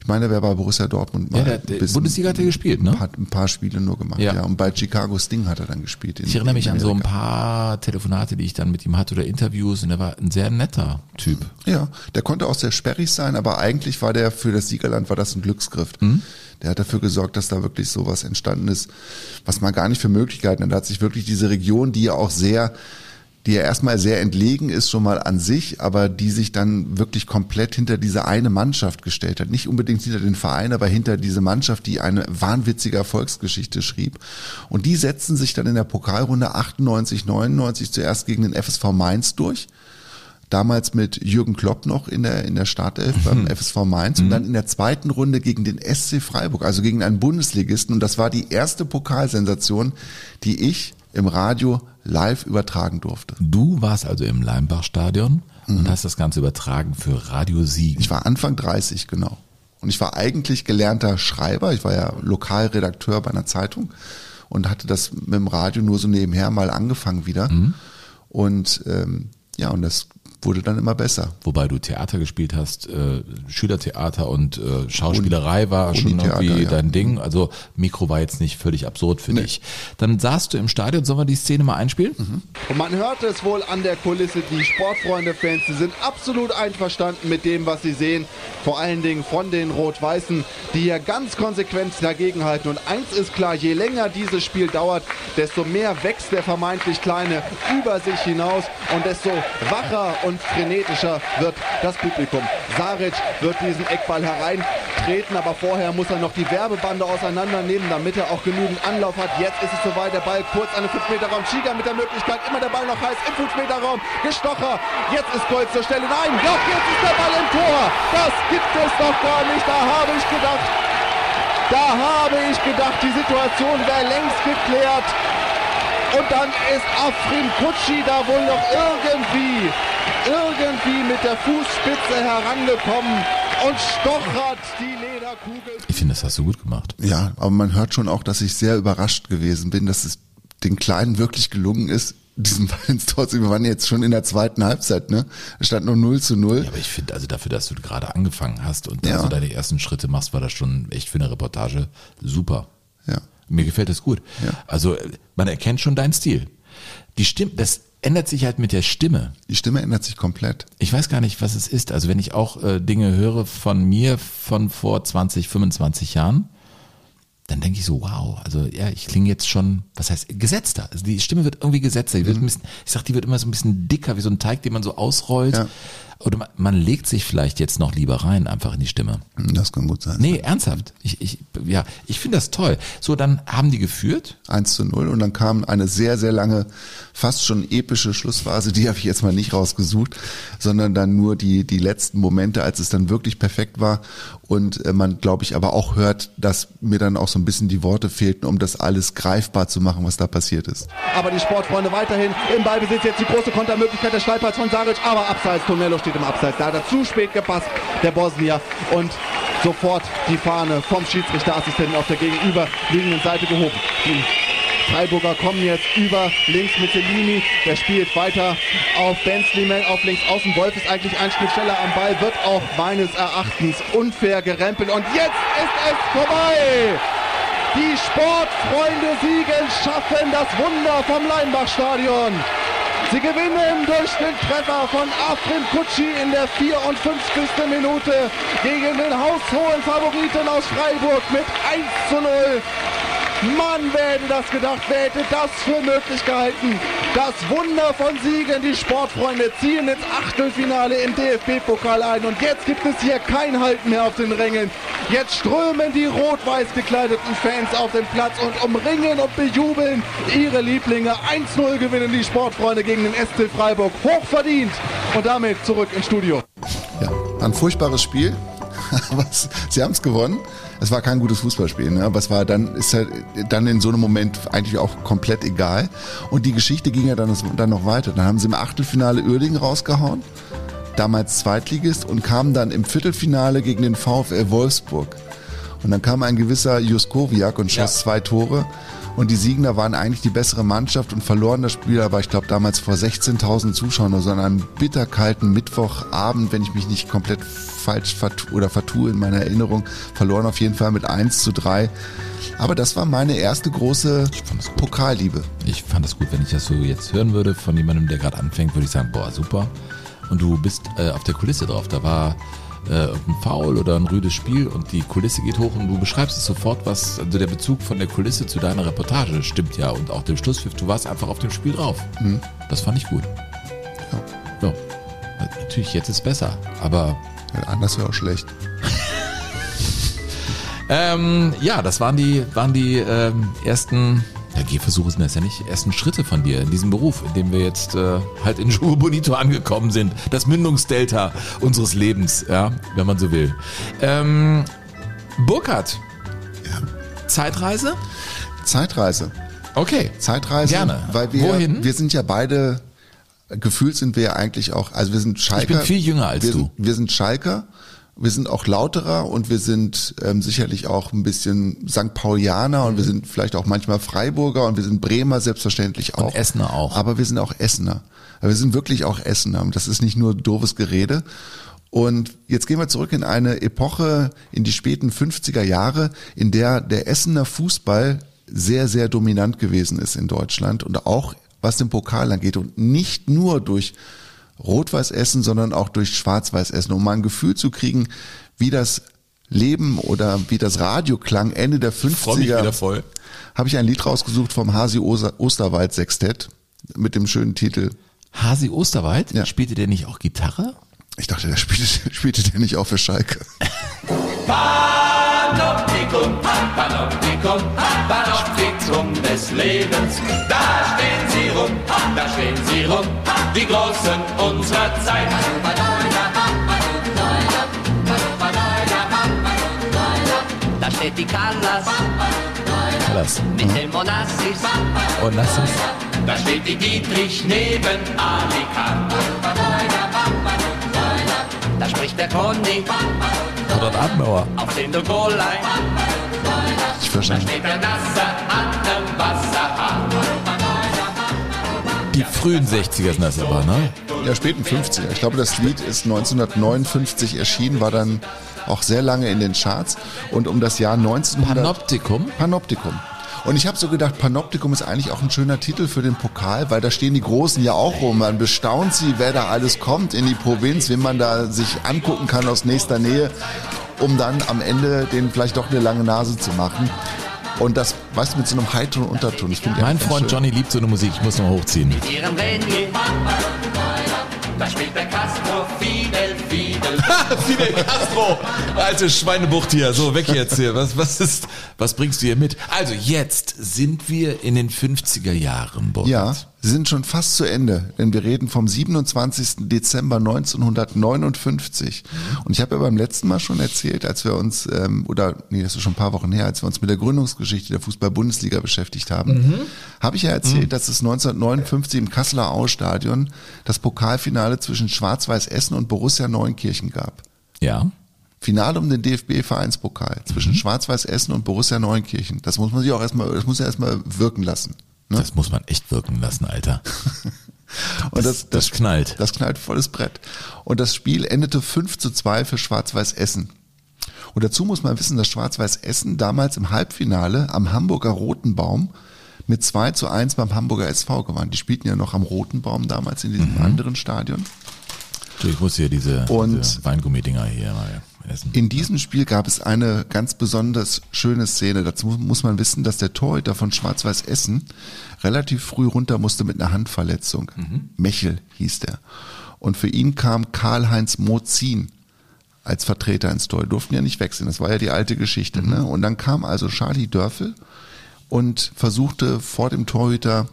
Ich meine, der wäre bei Borussia Dortmund mal. Ja, der Bundesliga hat er gespielt, ne? Hat ein paar Spiele nur gemacht, ja. Und bei Chicago Sting hat er dann gespielt. Ich erinnere mich an so ein paar Telefonate, die ich dann mit ihm hatte oder Interviews, und er war ein sehr netter Typ. Ja, der konnte auch sehr sperrig sein, aber eigentlich war der für das Siegerland war das ein Glücksgriff. Der hat dafür gesorgt, dass da wirklich sowas entstanden ist, was man gar nicht für Möglichkeiten hat. Da hat sich wirklich diese Region, die ja erstmal sehr entlegen ist schon mal an sich, aber die sich dann wirklich komplett hinter diese eine Mannschaft gestellt hat. Nicht unbedingt hinter den Verein, aber hinter diese Mannschaft, die eine wahnwitzige Erfolgsgeschichte schrieb. Und die setzten sich dann in der Pokalrunde 98, 99 zuerst gegen den FSV Mainz durch. Damals mit Jürgen Klopp noch in der Startelf beim FSV Mainz und dann in der zweiten Runde gegen den SC Freiburg, also gegen einen Bundesligisten. Und das war die erste Pokalsensation, die ich im Radio live übertragen durfte. Du warst also im Leimbach-Stadion und hast das Ganze übertragen für Radio Siegen. Ich war Anfang 30, genau. Und ich war eigentlich gelernter Schreiber. Ich war ja Lokalredakteur bei einer Zeitung und hatte das mit dem Radio nur so nebenher mal angefangen wieder. Und und das wurde dann immer besser. Wobei du Theater gespielt hast, Schülertheater und Schauspielerei war schon irgendwie dein Ding. Also Mikro war jetzt nicht völlig absurd für dich. Dann saßt du im Stadion, sollen wir die Szene mal einspielen? Und man hört es wohl an der Kulisse, die Sportfreunde-Fans, die sind absolut einverstanden mit dem, was sie sehen. Vor allen Dingen von den Rot-Weißen, die hier ganz konsequent dagegenhalten. Und eins ist klar, je länger dieses Spiel dauert, desto mehr wächst der vermeintlich Kleine über sich hinaus und desto wacher und frenetischer wird das Publikum. Saric wird diesen Eckball hereintreten, aber vorher muss er noch die Werbebande auseinandernehmen, damit er auch genügend Anlauf hat. Jetzt ist es soweit, der Ball kurz an den 5-Meter-Raum. Schiga mit der Möglichkeit, immer der Ball noch heiß im 5-Meter-Raum. Gestocher, jetzt ist Golz zur Stelle. Nein, doch, jetzt ist der Ball im Tor. Das gibt es doch gar nicht, da habe ich gedacht, die Situation wäre längst geklärt. Und dann ist Afrin Kutschi da wohl noch irgendwie mit der Fußspitze herangekommen und stochert die Lederkugel. Ich finde, das hast du gut gemacht. Ja, aber man hört schon auch, dass ich sehr überrascht gewesen bin, dass es den Kleinen wirklich gelungen ist, diesen Ball ins Tor zu. Wir waren jetzt schon in der zweiten Halbzeit, ne? Es stand noch 0:0. Ja, aber ich finde, also dafür, dass du gerade angefangen hast und dann so deine ersten Schritte machst, war das schon echt für eine Reportage super. Ja. Mir gefällt das gut. Ja. Also man erkennt schon deinen Stil. Die Stimme, das ändert sich halt mit der Stimme. Die Stimme ändert sich komplett. Ich weiß gar nicht, was es ist. Also wenn ich auch Dinge höre von mir von vor 20, 25 Jahren, dann denke ich so, wow, also ja, ich klinge jetzt schon, was heißt, gesetzter. Also die Stimme wird irgendwie gesetzter. Die wird ein bisschen, die wird immer so ein bisschen dicker, wie so ein Teig, den man so ausrollt. Ja. Oder man legt sich vielleicht jetzt noch lieber rein, einfach in die Stimme. Das kann gut sein. Nee, ernsthaft. Ich finde das toll. So, dann haben die geführt. 1:0 und dann kam eine sehr, sehr lange, fast schon epische Schlussphase, die habe ich jetzt mal nicht rausgesucht, sondern dann nur die letzten Momente, als es dann wirklich perfekt war und man, glaube ich, aber auch hört, dass mir dann auch so ein bisschen die Worte fehlten, um das alles greifbar zu machen, was da passiert ist. Aber die Sportfreunde weiterhin im Ballbesitz, jetzt die große Kontermöglichkeit des Steilpass von Saric, aber abseits, Tonello steht im Abseits, da hat er zu spät gepasst, der Bosnier, und sofort die Fahne vom Schiedsrichterassistenten auf der gegenüberliegenden Seite gehoben. Die Freiburger kommen jetzt über links mit Cellini, der spielt weiter auf Benzliman, auf links außen. Wolf ist eigentlich ein Schnitt schneller am Ball, wird auch meines Erachtens unfair gerempelt und jetzt ist es vorbei! Die Sportfreunde Siegen schaffen das Wunder vom Leimbach-Stadion. Sie gewinnen durch den Treffer von Afrin Kutschi in der 54. Minute gegen den haushohen Favoriten aus Freiburg mit 1:0. Mann, wer hätte das gedacht, wer hätte das für möglich gehalten? Das Wunder von Siegen, die Sportfreunde ziehen ins Achtelfinale im DFB-Pokal ein und jetzt gibt es hier kein Halten mehr auf den Rängen. Jetzt strömen die rot-weiß gekleideten Fans auf den Platz und umringen und bejubeln ihre Lieblinge. 1:0 gewinnen die Sportfreunde gegen den SC Freiburg. Hochverdient und damit zurück ins Studio. Ja, ein furchtbares Spiel, aber sie haben es gewonnen. Es war kein gutes Fußballspiel, ne? Aber es war ist halt dann in so einem Moment eigentlich auch komplett egal. Und die Geschichte ging ja dann noch weiter. Dann haben sie im Achtelfinale Uerdingen rausgehauen, damals Zweitligist, und kamen dann im Viertelfinale gegen den VfL Wolfsburg. Und dann kam ein gewisser Juskowiak und schoss 2 Tore. Und die Siegner waren eigentlich die bessere Mannschaft und verloren das Spiel, aber ich glaube damals vor 16.000 Zuschauern, also an einem bitterkalten Mittwochabend, wenn ich mich nicht komplett falsch vertue in meiner Erinnerung, verloren auf jeden Fall mit 1:3. Aber das war meine erste große Pokalliebe. Ich fand es gut, wenn ich das so jetzt hören würde von jemandem, der gerade anfängt, würde ich sagen, boah, super. Und du bist auf der Kulisse drauf, da war ein Foul oder ein rüdes Spiel und die Kulisse geht hoch und du beschreibst es sofort, also der Bezug von der Kulisse zu deiner Reportage stimmt ja und auch dem Schlusspfiff, du warst einfach auf dem Spiel drauf. Mhm. Das fand ich gut. Ja. Natürlich, jetzt ist es besser, aber... Ja, anders wäre auch schlecht. Ja, das waren die ersten... Ja, Gehversuche sind das ja nicht, ersten Schritte von dir in diesem Beruf, in dem wir jetzt halt in Jogo Bonito angekommen sind. Das Mündungsdelta unseres Lebens, ja, wenn man so will. Burkhard, ja. Zeitreise? Zeitreise. Okay. Zeitreise. Gerne. Weil wohin? Wir sind ja beide, gefühlt sind wir ja eigentlich auch, also wir sind Schalker. Ich bin viel jünger als du. Wir sind Schalker. Wir sind auch Lauterer und wir sind sicherlich auch ein bisschen St. Paulianer und wir sind vielleicht auch manchmal Freiburger und wir sind Bremer selbstverständlich auch. Und Essener auch. Aber wir sind auch Essener. Wir sind wirklich auch Essener und das ist nicht nur doofes Gerede. Und jetzt gehen wir zurück in eine Epoche, in die späten 50er Jahre, in der Essener Fußball sehr, sehr dominant gewesen ist in Deutschland und auch was den Pokal angeht und nicht nur durch Rot-Weiß Essen, sondern auch durch Schwarz-Weiß Essen, um mal ein Gefühl zu kriegen, wie das Leben oder wie das Radio klang Ende der 50er. Habe ich ein Lied rausgesucht vom Hasi Osterwald Sextett mit dem schönen Titel. Hasi Osterwald? Ja. Spielte der nicht auch Gitarre? Ich dachte, der spielte der nicht auch für Schalke. Panoptikum, Panoptikum, Panoptikum des Lebens. Da stehen sie rum, die Großen unserer Zeit. Da steht die Callas mit dem Onassis. Da steht die Dietrich neben Ali Kahn. Da spricht der Conny oder Adenauer auf den De Gaulle-Line. Da steht der Nasser an dem Wasserhahn. Die frühen 60er sind das aber, ne? Ja, späten 50er. Ich glaube, das Lied ist 1959 erschienen, war dann auch sehr lange in den Charts. Und um das Jahr 1900... Panoptikum. Und ich habe so gedacht, Panoptikum ist eigentlich auch ein schöner Titel für den Pokal, weil da stehen die Großen ja auch rum. Man bestaunt sie, wer da alles kommt in die Provinz, wen man da sich angucken kann aus nächster Nähe, um dann am Ende denen vielleicht doch eine lange Nase zu machen. Und das, weißt du, mit so einem heiteren Unterton. Das mein Freund Johnny liebt so eine Musik, ich muss noch hochziehen. Mit ihrem Renier, da spielt der Castro Fidel. Fidel Castro, alte Schweinebucht hier, so weg jetzt hier. Was bringst du hier mit? Also jetzt sind wir in den 50er Jahren, Burkhard. Ja, sie sind schon fast zu Ende, denn wir reden vom 27. Dezember 1959. Und ich habe ja beim letzten Mal schon erzählt, als wir uns, das ist schon ein paar Wochen her, als wir uns mit der Gründungsgeschichte der Fußball-Bundesliga beschäftigt haben, habe ich ja erzählt, dass es 1959 im Kasseler Au-Stadion das Pokalfinale zwischen Schwarz-Weiß Essen und Borussia Neunkirchen gab. Ja. Finale um den DFB-Vereinspokal zwischen Schwarz-Weiß Essen und Borussia Neunkirchen. Das muss man sich auch erstmal wirken lassen. Ne? Das muss man echt wirken lassen, Alter. Und das knallt. Das knallt volles Brett. Und das Spiel endete 5:2 für Schwarz-Weiß Essen. Und dazu muss man wissen, dass Schwarz-Weiß Essen damals im Halbfinale am Hamburger Roten Baum mit 2:1 beim Hamburger SV gewann. Die spielten ja noch am Roten Baum damals in diesem anderen Stadion. Ich muss hier diese Weingummi-Dinger hier mal essen. In diesem Spiel gab es eine ganz besonders schöne Szene. Dazu muss man wissen, dass der Torhüter von Schwarz-Weiß Essen relativ früh runter musste mit einer Handverletzung. Mechel hieß der. Und für ihn kam Karl-Heinz Mozin als Vertreter ins Tor. Die durften ja nicht wechseln. Das war ja die alte Geschichte. Ne? Und dann kam also Charlie Dörfel und versuchte vor dem Torhüter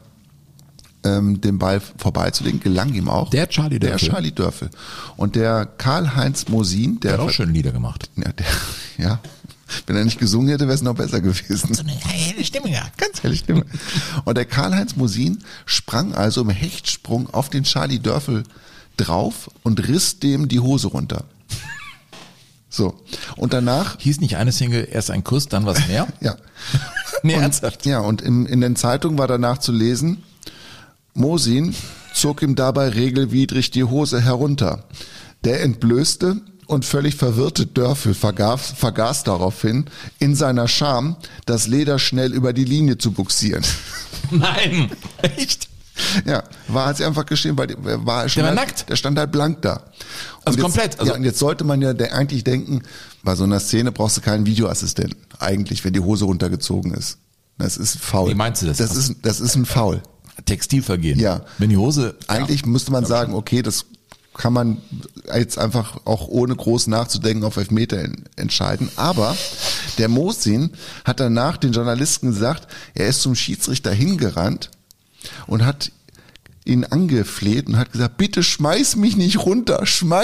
den Ball vorbeizulegen, gelang ihm auch. Der Charlie Dörfel. Und der Karl-Heinz Mozin, der hat auch schön Lieder gemacht. Ja, wenn er nicht gesungen hätte, wäre es noch besser gewesen. So eine helle Stimme, ja. Ganz helle Stimme. Und der Karl-Heinz Mozin sprang also im Hechtsprung auf den Charlie Dörfel drauf und riss dem die Hose runter. So. Und danach... Hieß nicht eine Single, erst ein Kuss, dann was mehr? Ja. Nee, ernsthaft? Ja, und in den Zeitungen war danach zu lesen, Mosin zog ihm dabei regelwidrig die Hose herunter. Der entblößte und völlig verwirrte Dörfel vergaß daraufhin, in seiner Scham das Leder schnell über die Linie zu buxieren. Nein, echt? Ja, hat sie einfach geschehen, weil der war nackt. Der stand halt blank da. Also komplett. Also ja, und jetzt sollte man ja eigentlich denken, bei so einer Szene brauchst du keinen Videoassistenten. Eigentlich, wenn die Hose runtergezogen ist. Das ist faul. Wie meinst du das? Das ist ein Foul. Textilvergehen. Ja. Wenn die Hose... Eigentlich müsste man sagen, okay, das kann man jetzt einfach auch ohne groß nachzudenken auf Elfmeter entscheiden. Aber der Mosin hat danach den Journalisten gesagt, er ist zum Schiedsrichter hingerannt und hat ihn angefleht und hat gesagt, bitte schmeiß mich nicht runter,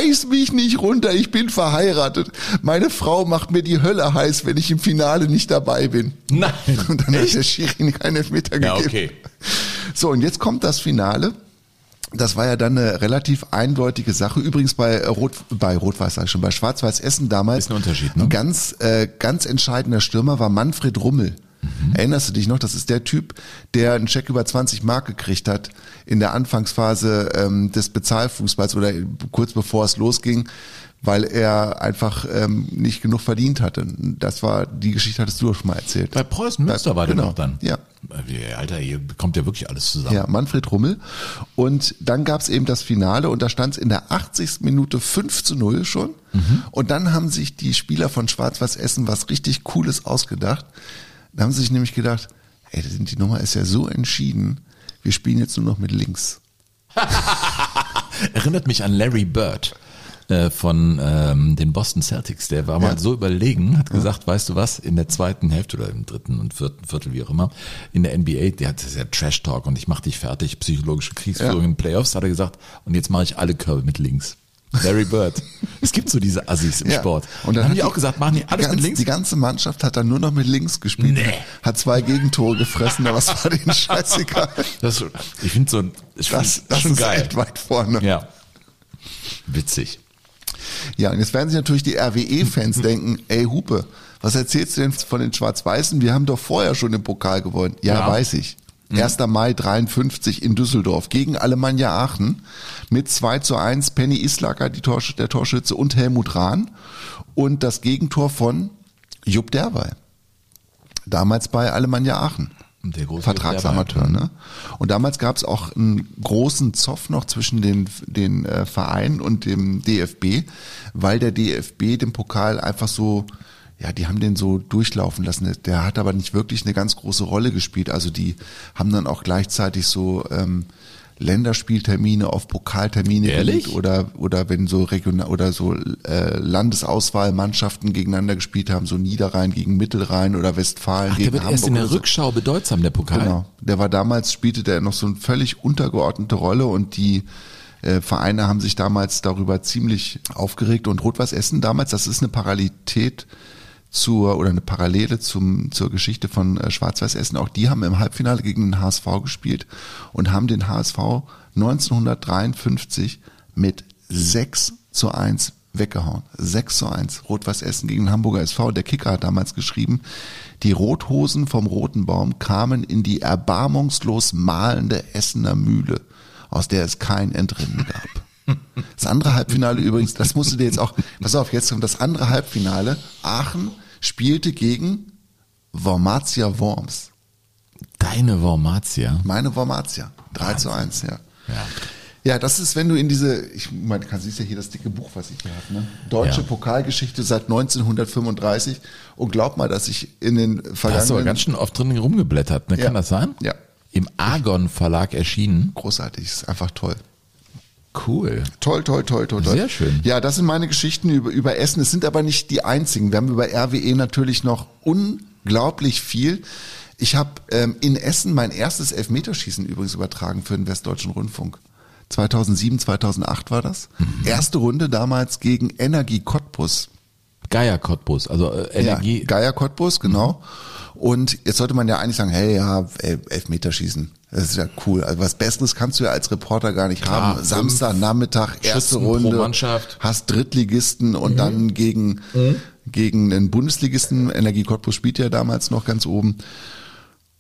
ich bin verheiratet. Meine Frau macht mir die Hölle heiß, wenn ich im Finale nicht dabei bin. Nein. Und dann hat der Schiri keinen Elfmeter gegeben. Ja, okay. So, und jetzt kommt das Finale. Das war ja dann eine relativ eindeutige Sache. Übrigens bei Rot-Weiß, sag ich schon, bei Schwarz-Weiß Essen damals. Ist ein Unterschied, ne? Ein ganz entscheidender Stürmer war Manfred Rummel. Erinnerst du dich noch? Das ist der Typ, der einen Scheck über 20 Mark gekriegt hat in der Anfangsphase des Bezahlfußballs oder kurz bevor es losging, weil er einfach nicht genug verdient hatte. Das war, die Geschichte hattest du doch schon mal erzählt. Bei Preußen Münster war der noch dann. Ja. Alter, hier kommt ja wirklich alles zusammen. Ja, Manfred Rummel. Und dann gab's eben das Finale und da stand es in der 80. Minute 5:0 schon. Und dann haben sich die Spieler von Schwarz-Weiß Essen was richtig Cooles ausgedacht. Da haben sie sich nämlich gedacht, ey, die Nummer ist ja so entschieden, wir spielen jetzt nur noch mit links. Erinnert mich an Larry Bird von den Boston Celtics. Der war mal so überlegen, hat gesagt, weißt du was, in der zweiten Hälfte oder im dritten und vierten Viertel, wie auch immer, in der NBA, der hat das ja Trash-Talk und ich mach dich fertig, psychologische Kriegsführung in Playoffs, hat er gesagt, und jetzt mache ich alle Körbe mit links. Larry Bird. Es gibt so diese Assis im Sport. Und dann haben die auch gesagt, machen die alles mit links? Die ganze Mannschaft hat dann nur noch mit links gespielt. Nee. Hat 2 Gegentore gefressen, aber was war denen scheißegal. Ich finde das ist geil. echt weit vorne. Ja. Witzig. Ja, und jetzt werden sich natürlich die RWE-Fans denken, ey Hupe, was erzählst du denn von den Schwarz-Weißen? Wir haben doch vorher schon den Pokal gewonnen. Ja, weiß ich. 1. Mai 53 in Düsseldorf gegen Alemannia Aachen mit 2:1 Penny Islacker, der Torschütze, und Helmut Rahn und das Gegentor von Jupp Derweil. Damals bei Alemannia Aachen. Der große Vertragsamateur, ne? Und damals gab es auch einen großen Zoff noch zwischen den Vereinen und dem DFB, weil der DFB den Pokal einfach so, ja, die haben den so durchlaufen lassen. Der hat aber nicht wirklich eine ganz große Rolle gespielt. Also die haben dann auch gleichzeitig so Länderspieltermine auf Pokaltermine gelegt oder wenn so regional oder so Landesauswahlmannschaften gegeneinander gespielt haben, so Niederrhein gegen Mittelrhein oder Westfalen gegen Hamburg. Der wird erst in der Rückschau bedeutsam, der Pokal. Genau. Der war damals, spielte der noch so eine völlig untergeordnete Rolle und die Vereine haben sich damals darüber ziemlich aufgeregt und Rot-Weiß Essen damals, das ist eine Parallelität eine Parallele zur Geschichte von Schwarz-Weiß Essen. Auch die haben im Halbfinale gegen den HSV gespielt und haben den HSV 1953 mit 6:1 weggehauen. 6:1. Rot-Weiß Essen gegen den Hamburger SV. Der Kicker hat damals geschrieben, die Rothosen vom Roten Baum kamen in die erbarmungslos mahlende Essener Mühle, aus der es kein Entrinnen gab. Das andere Halbfinale übrigens, das musst du dir jetzt auch, pass auf, jetzt kommt das andere Halbfinale. Aachen spielte gegen Wormatia Worms. Deine Wormatia? Meine Wormatia. 3:1, ja. Ja, das ist, wenn du in diese, ich meine, du siehst ja hier das dicke Buch, was ich hier habe, ne? Deutsche Pokalgeschichte seit 1935. Und glaub mal, dass ich in den vergangenen... Da hast du aber ganz schön oft drin rumgeblättert, ne? Kann das sein? Ja. Im Argon Verlag erschienen. Großartig, ist einfach toll. Cool. Toll. Sehr schön. Ja, das sind meine Geschichten über Essen. Es sind aber nicht die einzigen. Wir haben über RWE natürlich noch unglaublich viel. Ich habe in Essen mein erstes Elfmeterschießen übrigens übertragen für den Westdeutschen Rundfunk. 2007, 2008 war das. Erste Runde damals gegen Energie Cottbus. Geier Cottbus, also Energie. Ja, Geier Cottbus, genau. Und jetzt sollte man ja eigentlich sagen, hey, ja, Elfmeterschießen. Das ist ja cool. Also was Besseres kannst du ja als Reporter gar nicht haben. Samstagnachmittag, erste Runde, pro Mannschaft. Hast Drittligisten und dann gegen einen Bundesligisten, Energie Cottbus spielt ja damals noch ganz oben.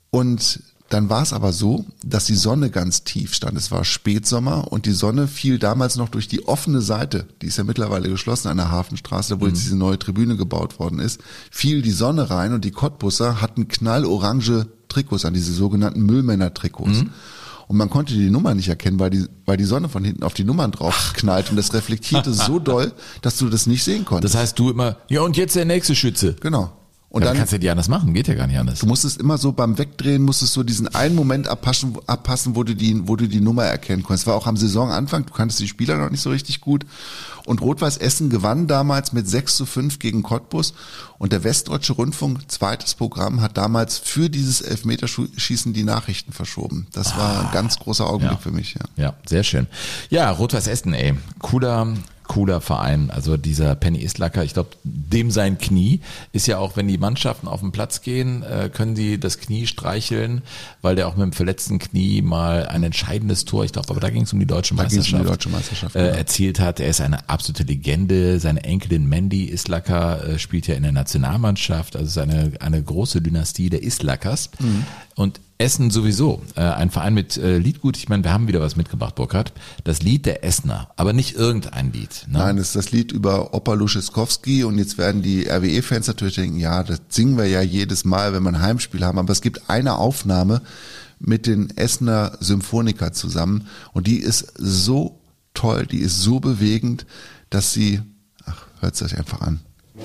Und dann war es aber so, dass die Sonne ganz tief stand. Es war Spätsommer und die Sonne fiel damals noch durch die offene Seite, die ist ja mittlerweile geschlossen an der Hafenstraße, wo jetzt diese neue Tribüne gebaut worden ist, fiel die Sonne rein und die Cottbusser hatten knallorange Trikots an, diese sogenannten Müllmänner-Trikots. Und man konnte die Nummer nicht erkennen, weil die Sonne von hinten auf die Nummern drauf knallt und das reflektierte so doll, dass du das nicht sehen konntest. Das heißt, du immer, ja und jetzt der nächste Schütze. Genau. Und dann kannst du ja die anders machen, geht ja gar nicht anders. Du musstest immer so beim Wegdrehen, musstest so diesen einen Moment abpassen, wo du die Nummer erkennen konntest. Es war auch am Saisonanfang, du kanntest die Spieler noch nicht so richtig gut. Und Rot-Weiß Essen gewann damals mit 6:5 gegen Cottbus. Und der Westdeutsche Rundfunk, zweites Programm, hat damals für dieses Elfmeterschießen die Nachrichten verschoben. Das war ein ganz großer Augenblick für mich. Ja, sehr schön. Ja, Rot-Weiß Essen, cooler Verein, also dieser Penny Islacker, ich glaube, dem sein Knie ist ja auch, wenn die Mannschaften auf den Platz gehen, können die das Knie streicheln, weil der auch mit dem verletzten Knie mal ein entscheidendes Tor, ich glaube, aber da ging es um die Deutsche Meisterschaft, erzielt hat. Er ist eine absolute Legende, seine Enkelin Mandy Islacker spielt ja in der Nationalmannschaft, also es ist eine große Dynastie der Islackers und Essen sowieso, ein Verein mit Liedgut, ich meine, wir haben wieder was mitgebracht, Burkhard, das Lied der Essener, aber nicht irgendein Lied. Ne? Nein, das ist das Lied über Opa Luschewskowski und jetzt werden die RWE-Fans natürlich denken, ja, das singen wir ja jedes Mal, wenn wir ein Heimspiel haben, aber es gibt eine Aufnahme mit den Essener Symphoniker zusammen und die ist so toll, die ist so bewegend, dass sie, hört es euch einfach an.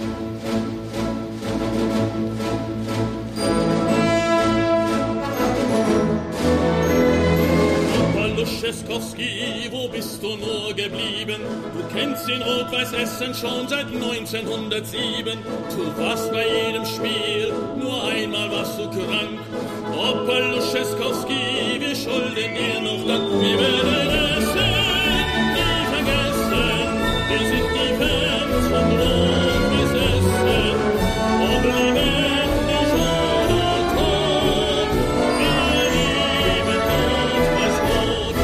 Luschewskowski, wo bist du nur geblieben? Du kennst den Rot-Weiß Essen schon seit 1907. Du warst bei jedem Spiel, nur einmal warst du krank. Opa Luschewskowski, wir schulden dir noch Dank. Wir werden Essen nie vergessen. Wir sind die Fans von Rot-Weiß Essen. Ob lebendig oder tot, wir lieben Rot-Weiß Rot.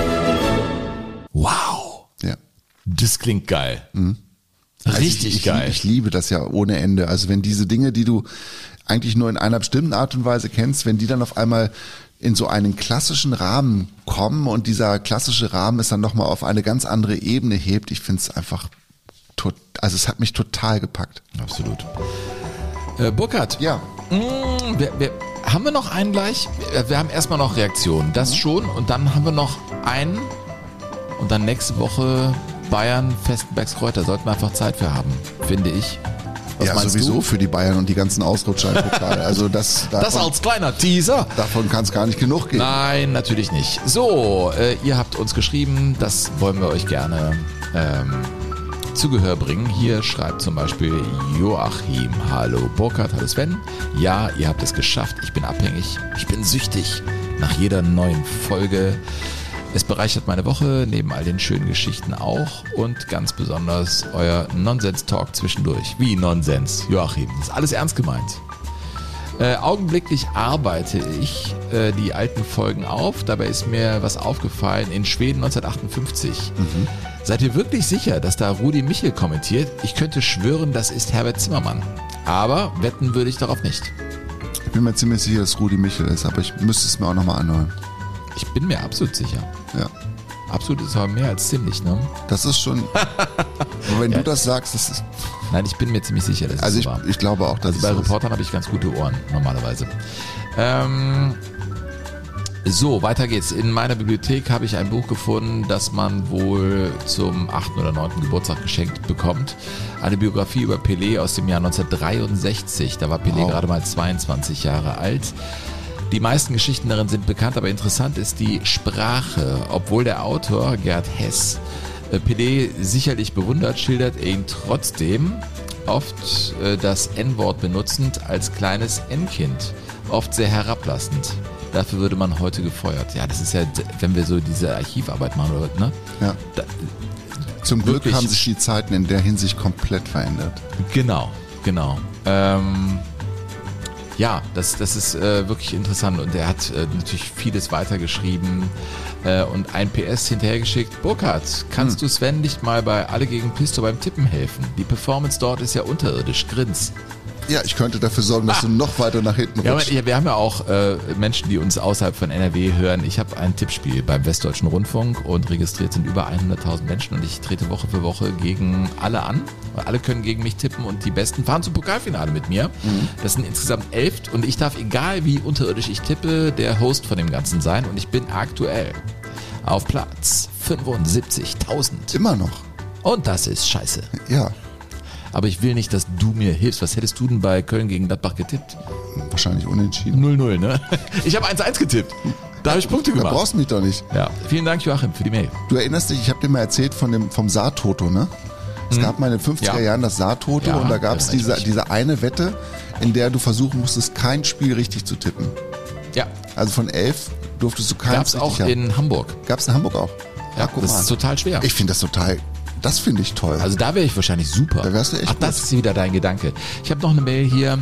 Wow. Ja. Das klingt geil. Richtig geil. Ich liebe das ja ohne Ende. Also wenn diese Dinge, die du eigentlich nur in einer bestimmten Art und Weise kennst, wenn die dann auf einmal in so einen klassischen Rahmen kommen und dieser klassische Rahmen es dann nochmal auf eine ganz andere Ebene hebt, ich finde es einfach, also es hat mich total gepackt. Absolut. Burkhard. Ja. Haben wir noch einen gleich? Wir haben erstmal noch Reaktionen, das schon, und dann haben wir noch einen und dann nächste Woche Bayern, Festenbergs-Kräuter, sollten wir einfach Zeit für haben, finde ich. Was ja, sowieso du? Für die Bayern und die ganzen Ausrutscher im Pokal. Also das als kleiner Teaser. Davon kann es gar nicht genug geben. Nein, natürlich nicht. So, ihr habt uns geschrieben, das wollen wir euch gerne zu Gehör bringen. Hier schreibt zum Beispiel Joachim: Hallo Burkhard, hallo Sven. Ja, ihr habt es geschafft. Ich bin abhängig. Ich bin süchtig nach jeder neuen Folge. Es bereichert meine Woche, neben all den schönen Geschichten auch, und ganz besonders euer Nonsens-Talk zwischendurch. Wie Nonsens, Joachim? Das ist alles ernst gemeint. Augenblicklich arbeite ich die alten Folgen auf. Dabei ist mir was aufgefallen in Schweden 1958. Seid ihr wirklich sicher, dass da Rudi Michel kommentiert? Ich könnte schwören, das ist Herbert Zimmermann. Aber wetten würde ich darauf nicht. Ich bin mir ziemlich sicher, dass Rudi Michel ist, aber ich müsste es mir auch nochmal anhören. Ich bin mir absolut sicher. Ja. Absolut ist aber mehr als ziemlich, ne? Das ist schon. Wenn du das sagst, das ist. Nein, ich bin mir ziemlich sicher, dass also es so war. Ich glaube auch, dass also bei Reportern habe ich ganz gute Ohren, normalerweise. So, weiter geht's. In meiner Bibliothek habe ich ein Buch gefunden, das man wohl zum 8. oder 9. Geburtstag geschenkt bekommt. Eine Biografie über Pelé aus dem Jahr 1963. Da war Pelé gerade mal 22 Jahre alt. Die meisten Geschichten darin sind bekannt, aber interessant ist die Sprache. Obwohl der Autor, Gerd Hess, Pelé sicherlich bewundert, schildert er ihn trotzdem oft das N-Wort benutzend als kleines N-Kind. Oft sehr herablassend. Dafür würde man heute gefeuert. Ja, das ist ja, wenn wir so diese Archivarbeit machen, oder, ne? Ja. Zum Glück haben sich die Zeiten in der Hinsicht komplett verändert. Genau. Ja, das ist wirklich interessant, und er hat natürlich vieles weitergeschrieben und ein PS hinterhergeschickt. Burkhard, kannst du Sven nicht mal bei Alle gegen Pisto beim Tippen helfen? Die Performance dort ist ja unterirdisch. Grins. Ja, ich könnte dafür sorgen, dass du noch weiter nach hinten rutschst. Ja, wir haben ja auch Menschen, die uns außerhalb von NRW hören. Ich habe ein Tippspiel beim Westdeutschen Rundfunk und registriert sind über 100.000 Menschen und ich trete Woche für Woche gegen alle an. Alle können gegen mich tippen und die Besten fahren zum Pokalfinale mit mir. Das sind insgesamt 11 und ich darf, egal wie unterirdisch ich tippe, der Host von dem Ganzen sein und ich bin aktuell auf Platz 75.000. Immer noch. Und das ist scheiße. Ja. Aber ich will nicht, dass du mir hilfst. Was hättest du denn bei Köln gegen Gladbach getippt? Wahrscheinlich unentschieden. 0-0, ne? Ich habe 1-1 getippt. Da habe ich Punkte gemacht. Da brauchst du mich doch nicht. Ja. Vielen Dank, Joachim, für die Mail. Du erinnerst dich, ich habe dir mal erzählt vom Saartoto, ne? Es gab mal in den 50er Jahren das Saartoto und da gab es diese eine Wette, in der du versuchen musstest, kein Spiel richtig zu tippen. Ja. Also von 11 durftest du keins richtig haben. Gab's auch in Hamburg. Gab's in Hamburg auch? Ja, das ist total schwer. Ich finde das finde ich toll. Also da wäre ich wahrscheinlich super. Da wärst du echt gut. Das ist wieder dein Gedanke. Ich habe noch eine Mail hier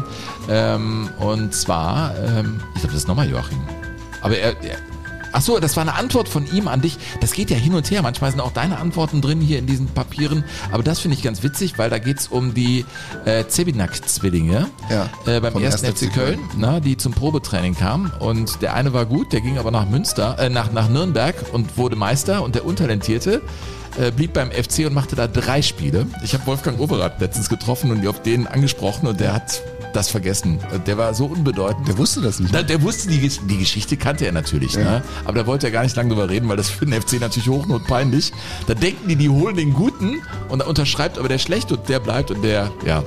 und zwar, ich glaube, das ist nochmal Joachim. Aber ach so, das war eine Antwort von ihm an dich. Das geht ja hin und her. Manchmal sind auch deine Antworten drin hier in diesen Papieren. Aber das finde ich ganz witzig, weil da geht's um die Zebinak-Zwillinge beim 1. FC Köln, die zum Probetraining kamen. Und der eine war gut, der ging aber nach nach Nürnberg und wurde Meister. Und der Untalentierte blieb beim FC und machte da 3 Spiele. Ich habe Wolfgang Overath letztens getroffen und auf den angesprochen und der hat das vergessen. Der war so unbedeutend. Der wusste das nicht. Der wusste die Geschichte, kannte er natürlich. Ja. Ne? Aber da wollte er gar nicht lange drüber reden, weil das für den FC natürlich hochnotpeinlich. Da denken die holen den Guten und da unterschreibt aber der Schlechte und der bleibt und der, ja,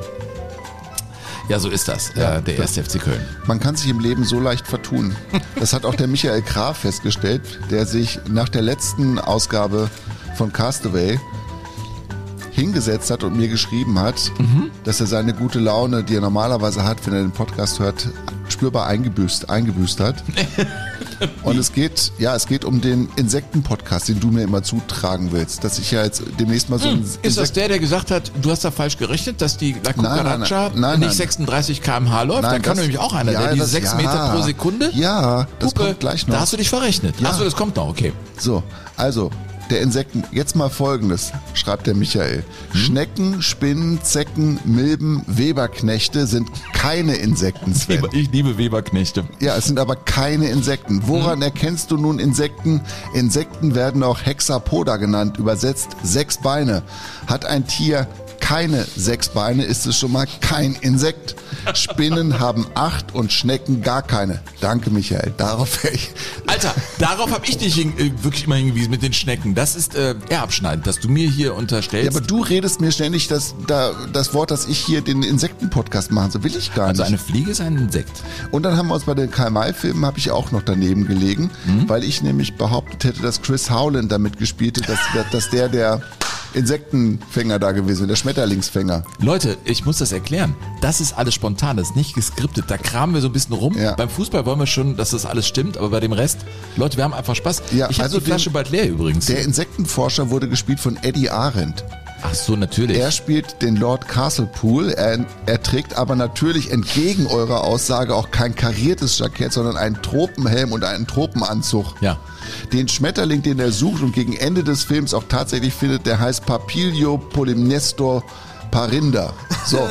so ist das, der 1. FC Köln. Man kann sich im Leben so leicht vertun. Das hat auch der Michael Graf festgestellt, der sich nach der letzten Ausgabe von Castaway hingesetzt hat und mir geschrieben hat, dass er seine gute Laune, die er normalerweise hat, wenn er den Podcast hört, spürbar eingebüßt hat. Und es geht um den Insekten-Podcast, den du mir immer zutragen willst, dass ich ja jetzt demnächst mal so ein Ist das der gesagt hat, du hast da falsch gerechnet, dass die La Cucaracha nicht 36 km/h läuft? Nein, dann kann nämlich auch einer, der die 6 Meter pro Sekunde. Ja, das kommt gleich noch. Da hast du dich verrechnet. Ja. Achso, das kommt noch, okay. So, also der Insekten, jetzt mal Folgendes, schreibt der Michael. Schnecken, Spinnen, Zecken, Milben, Weberknechte sind keine Insekten, Sven. Ich liebe Weberknechte. Ja, es sind aber keine Insekten. Woran erkennst du nun Insekten? Insekten werden auch Hexapoda genannt, übersetzt 6 Beine. Hat ein Tier keine 6 Beine, ist es schon mal kein Insekt. Spinnen haben 8 und Schnecken gar keine. Danke, Michael. Darauf wäre ich... Alter, darauf habe ich dich wirklich immer hingewiesen mit den Schnecken. Das ist eher abschneidend, dass du mir hier unterstellst. Ja, aber du redest mir ständig das Wort, dass ich hier den Insekten-Podcast machen soll. Will ich gar nicht. Also eine Fliege ist ein Insekt. Und dann haben wir uns bei den Karl-May-Filmen, habe ich auch noch daneben gelegen, weil ich nämlich behauptet hätte, dass Chris Howland damit gespielt hat, dass der Insektenfänger da gewesen, der Schmetterlingsfänger. Leute, ich muss das erklären. Das ist alles spontan, das ist nicht geskriptet. Da kramen wir so ein bisschen rum. Ja. Beim Fußball wollen wir schon, dass das alles stimmt, aber bei dem Rest, Leute, wir haben einfach Spaß. Ja, ich habe die Flasche bald leer übrigens. Der Insektenforscher wurde gespielt von Eddie Arendt. Ach so, natürlich. Er spielt den Lord Castlepool. Er trägt aber natürlich entgegen eurer Aussage auch kein kariertes Jackett, sondern einen Tropenhelm und einen Tropenanzug. Ja. Den Schmetterling, den er sucht und gegen Ende des Films auch tatsächlich findet, der heißt Papilio polymnestor parinder. So.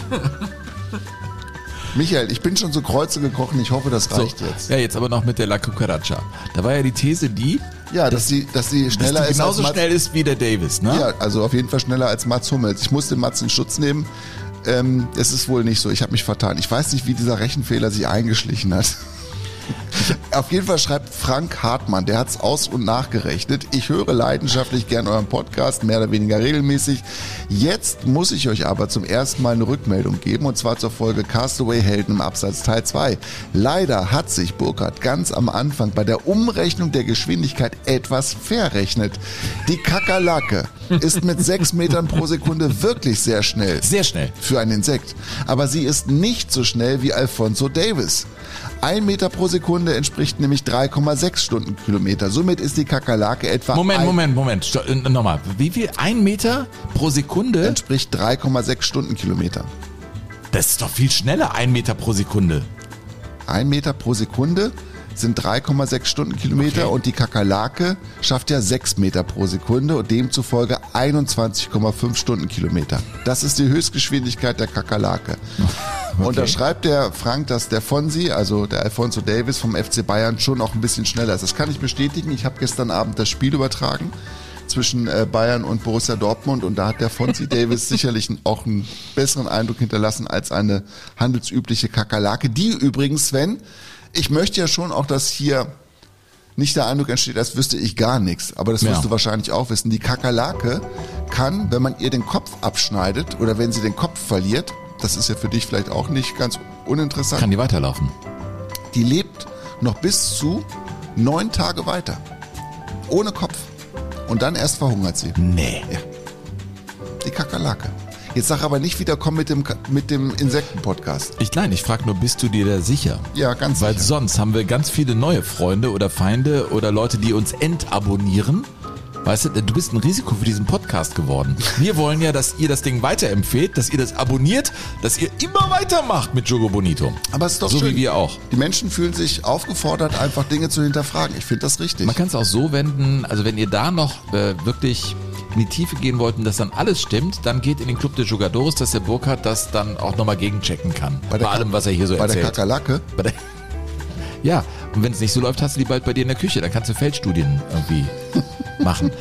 Michael, ich bin schon so Kreuze gekrochen, ich hoffe, das reicht jetzt. Ja, jetzt aber noch mit der La Cucaracha. Da war ja die These dass sie schneller ist. Genauso schnell ist wie der Davis, ne? Ja, also auf jeden Fall schneller als Mats Hummels. Ich muss den Mats in Schutz nehmen. Es ist wohl nicht so, ich habe mich vertan. Ich weiß nicht, wie dieser Rechenfehler sich eingeschlichen hat. Auf jeden Fall schreibt Frank Hartmann, der hat's aus- und nachgerechnet. Ich höre leidenschaftlich gern euren Podcast, mehr oder weniger regelmäßig. Jetzt muss ich euch aber zum ersten Mal eine Rückmeldung geben, und zwar zur Folge Castaway Helden im Absatz Teil 2. Leider hat sich Burkhard ganz am Anfang bei der Umrechnung der Geschwindigkeit etwas verrechnet. Die Kakerlake ist mit 6 Metern pro Sekunde wirklich sehr schnell. Sehr schnell. Für ein Insekt. Aber sie ist nicht so schnell wie Alphonso Davis. 1 Meter pro Sekunde entspricht nämlich 3,6 Stundenkilometer. Somit ist die Kakerlake etwa... Moment. Nochmal. Wie viel? 1 Meter pro Sekunde? Entspricht 3,6 Stundenkilometer. Das ist doch viel schneller, 1 Meter pro Sekunde. 1 Meter pro Sekunde sind 3,6 Stundenkilometer, okay. Und die Kakerlake schafft ja 6 Meter pro Sekunde und demzufolge 21,5 Stundenkilometer. Das ist die Höchstgeschwindigkeit der Kakerlake. Und da schreibt der Frank, dass der Fonsi, also der Alphonso Davies vom FC Bayern, schon auch ein bisschen schneller ist. Das kann ich bestätigen. Ich habe gestern Abend das Spiel übertragen zwischen Bayern und Borussia Dortmund und da hat der Fonsi Davies sicherlich auch einen besseren Eindruck hinterlassen als eine handelsübliche Kakerlake. Die übrigens, Sven, ich möchte ja schon auch, dass hier nicht der Eindruck entsteht, als wüsste ich gar nichts, aber das wirst du wahrscheinlich auch wissen. Die Kakerlake kann, wenn man ihr den Kopf abschneidet oder wenn sie den Kopf verliert, das ist ja für dich vielleicht auch nicht ganz uninteressant. Kann die weiterlaufen? Die lebt noch bis zu 9 Tage weiter. Ohne Kopf. Und dann erst verhungert sie. Nee. Ja. Die Kakerlake. Jetzt sag aber nicht wieder, komm mit dem Insekten-Podcast. Ich frage nur, bist du dir da sicher? Ja, ganz sicher. Weil sonst haben wir ganz viele neue Freunde oder Feinde oder Leute, die uns entabonnieren. Weißt du, du bist ein Risiko für diesen Podcast geworden. Wir wollen ja, dass ihr das Ding weiterempfehlt, dass ihr das abonniert, dass ihr immer weitermacht mit Jogo Bonito. Aber es ist doch so schön. Wie wir auch. Die Menschen fühlen sich aufgefordert, einfach Dinge zu hinterfragen. Ich finde das richtig. Man kann es auch so wenden, also wenn ihr da noch wirklich in die Tiefe gehen wollt und dass dann alles stimmt, dann geht in den Club de Jugadores, dass der Burkhardt das dann auch nochmal gegenchecken kann. Bei allem, was er hier so erzählt. Bei der Kakerlake? Ja, und wenn es nicht so läuft, hast du die bald bei dir in der Küche. Dann kannst du Feldstudien irgendwie machen.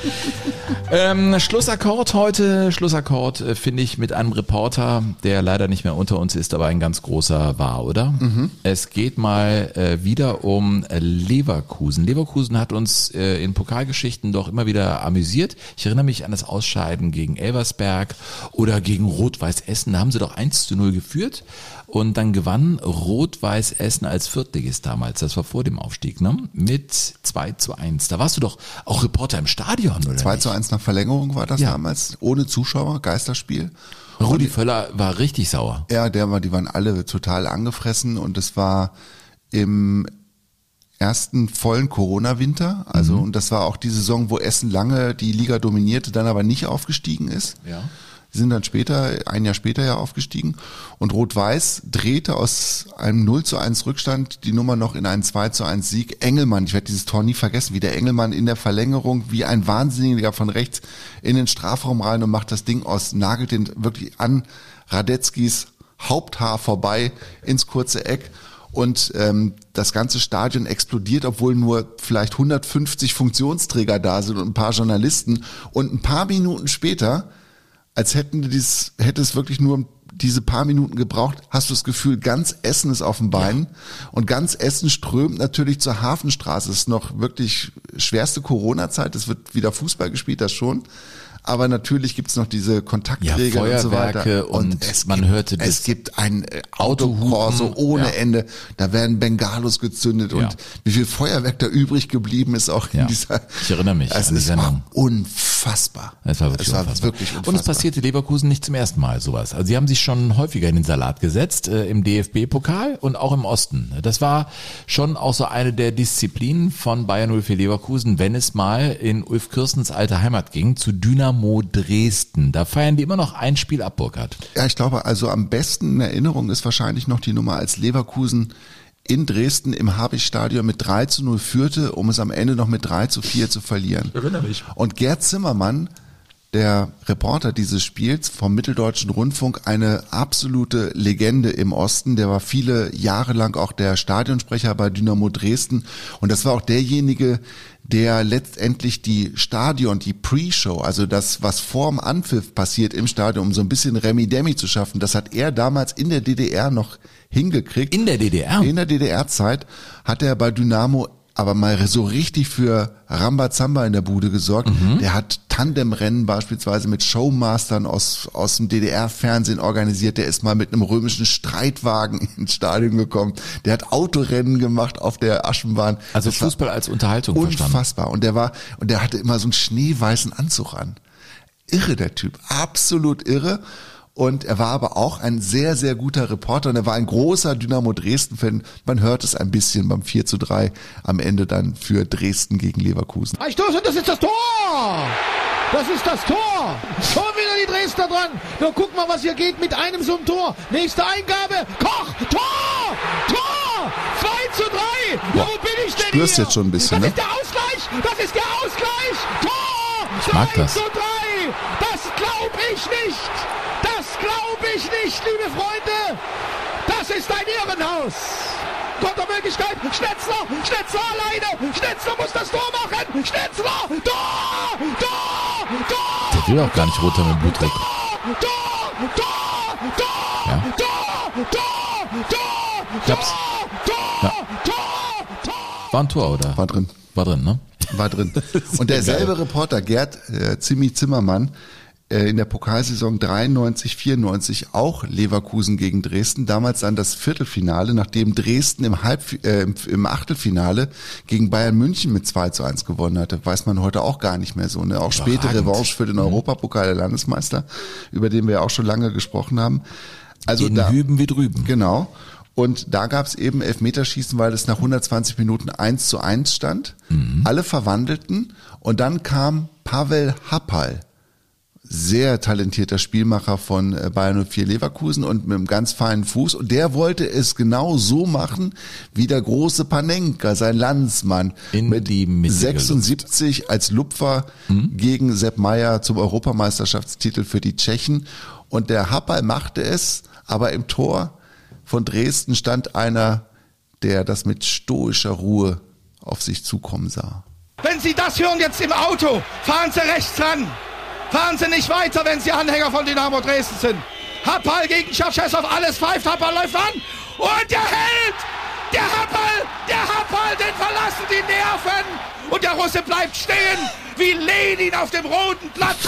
Schlussakkord heute. Schlussakkord finde ich mit einem Reporter, der leider nicht mehr unter uns ist, aber ein ganz großer war, oder? Mhm. Es geht mal wieder um Leverkusen. Leverkusen hat uns in Pokalgeschichten doch immer wieder amüsiert. Ich erinnere mich an das Ausscheiden gegen Elversberg oder gegen Rot-Weiß Essen. Da haben sie doch 1:0 geführt. Und dann gewann Rot-Weiß Essen als Viertligist damals, das war vor dem Aufstieg, ne? Mit 2:1. Da warst du doch auch Reporter im Stadion, oder 2:1 nach Verlängerung war das damals, ohne Zuschauer, Geisterspiel. Rudi Völler war richtig sauer. Ja, die waren alle total angefressen und es war im ersten vollen Corona-Winter, also und das war auch die Saison, wo Essen lange die Liga dominierte, dann aber nicht aufgestiegen ist. Ja. Die sind dann ein Jahr später ja aufgestiegen und Rot-Weiß drehte aus einem 0:1 Rückstand die Nummer noch in einen 2:1 Sieg. Engelmann, ich werde dieses Tor nie vergessen, wie der Engelmann in der Verlängerung wie ein Wahnsinniger von rechts in den Strafraum rein und macht das Ding aus, nagelt den wirklich an Radetzkis Haupthaar vorbei ins kurze Eck. Und das ganze Stadion explodiert, obwohl nur vielleicht 150 Funktionsträger da sind und ein paar Journalisten. Und ein paar Minuten später, als hätte es wirklich nur diese paar Minuten gebraucht, hast du das Gefühl, ganz Essen ist auf den Beinen und ganz Essen strömt natürlich zur Hafenstraße. Es ist noch wirklich schwerste Corona-Zeit, es wird wieder Fußball gespielt, das schon. Aber natürlich gibt's noch diese Kontaktregeln und so weiter. Und man hörte das. Es gibt ein Autokorso ohne Ende. Da werden Bengalos gezündet und wie viel Feuerwerk da übrig geblieben ist auch in dieser. Ich erinnere mich an die Sendung. Unfassbar. Es war wirklich unfassbar. Und es passierte Leverkusen nicht zum ersten Mal sowas. Also sie haben sich schon häufiger in den Salat gesetzt, im DFB-Pokal und auch im Osten. Das war schon auch so eine der Disziplinen von Bayern 04 Leverkusen, wenn es mal in Ulf Kirstens alte Heimat ging, zu Dynamo Dresden. Da feiern die immer noch ein Spiel ab, Burkhardt. Ja, ich glaube, also am besten in Erinnerung ist wahrscheinlich noch die Nummer, als Leverkusen in Dresden im Habicht-Stadion mit 3:0 führte, um es am Ende noch mit 3:4 zu verlieren. Ich erinnere mich. Und Gerd Zimmermann, der Reporter dieses Spiels vom Mitteldeutschen Rundfunk, eine absolute Legende im Osten. Der war viele Jahre lang auch der Stadionsprecher bei Dynamo Dresden. Und das war auch derjenige, der letztendlich die Pre-Show, also das, was vorm Anpfiff passiert im Stadion, um so ein bisschen Remi-Demi zu schaffen, das hat er damals in der DDR noch hingekriegt. In der DDR? In der DDR-Zeit hat er bei Dynamo aber mal so richtig für Rambazamba in der Bude gesorgt. Der hat Tandemrennen beispielsweise mit Showmastern aus dem DDR-Fernsehen organisiert. Der ist mal mit einem römischen Streitwagen ins Stadion gekommen. Der hat Autorennen gemacht auf der Aschenbahn. Also Fußball als Unterhaltung unfassbar. verstanden. Und der hatte immer so einen schneeweißen Anzug an. Irre, der Typ. Absolut irre. Und er war aber auch ein sehr, sehr guter Reporter und er war ein großer Dynamo Dresden-Fan. Man hört es ein bisschen beim 4:3 am Ende dann für Dresden gegen Leverkusen. Und das ist das Tor! Das ist das Tor! Schon wieder die Dresdner dran. Nur guck mal, was hier geht mit einem so einem Tor. Nächste Eingabe. Koch! Tor! Tor! 2:3! Ja, wo bin ich denn spürst hier? Jetzt schon ein bisschen, das ist der Ausgleich! Das ist der Ausgleich! Tor! Ich mag das. 2:3! Das glaub ich nicht! Das glaube ich nicht, liebe Freunde! Das Das ist ein Irrenhaus. Kontermöglichkeit, Schnetzler alleine, Schnetzler muss das Tor machen, Schnetzler, Tor! Der will auch gar nicht runter mit dem Blutdruck. War ein Tor, oder? War drin. War drin, ne? War drin. Und derselbe Reporter, Gerd Zimmi Zimmermann, in der Pokalsaison 93/94 auch Leverkusen gegen Dresden, damals dann das Viertelfinale, nachdem Dresden im Achtelfinale gegen Bayern München mit 2:1 gewonnen hatte, weiß man heute auch gar nicht mehr so. Ne? Auch späte Revanche für den Europapokal der Landesmeister, über den wir ja auch schon lange gesprochen haben. Also in Hüben wie drüben. Genau. Und da gab es eben Elfmeterschießen, weil es nach 120 Minuten 1:1 stand. Alle verwandelten und dann kam Pavel Happal, sehr talentierter Spielmacher von Bayern 04 Leverkusen und mit einem ganz feinen Fuß. Und der wollte es genau so machen wie der große Panenka, sein Landsmann, mit 76 als Lupfer gegen Sepp Maier zum Europameisterschaftstitel für die Tschechen. Und der Happal machte es, aber im Tor von Dresden stand einer, der das mit stoischer Ruhe auf sich zukommen sah. Wenn Sie das hören jetzt im Auto, fahren Sie rechts ran. Fahren Sie nicht weiter, wenn Sie Anhänger von Dynamo Dresden sind. Happal gegen Tschetschesow, alles pfeift, Happal läuft an. Und der Held, der Happal, den verlassen die Nerven. Und der Russe bleibt stehen, wie Lenin auf dem Roten Platz.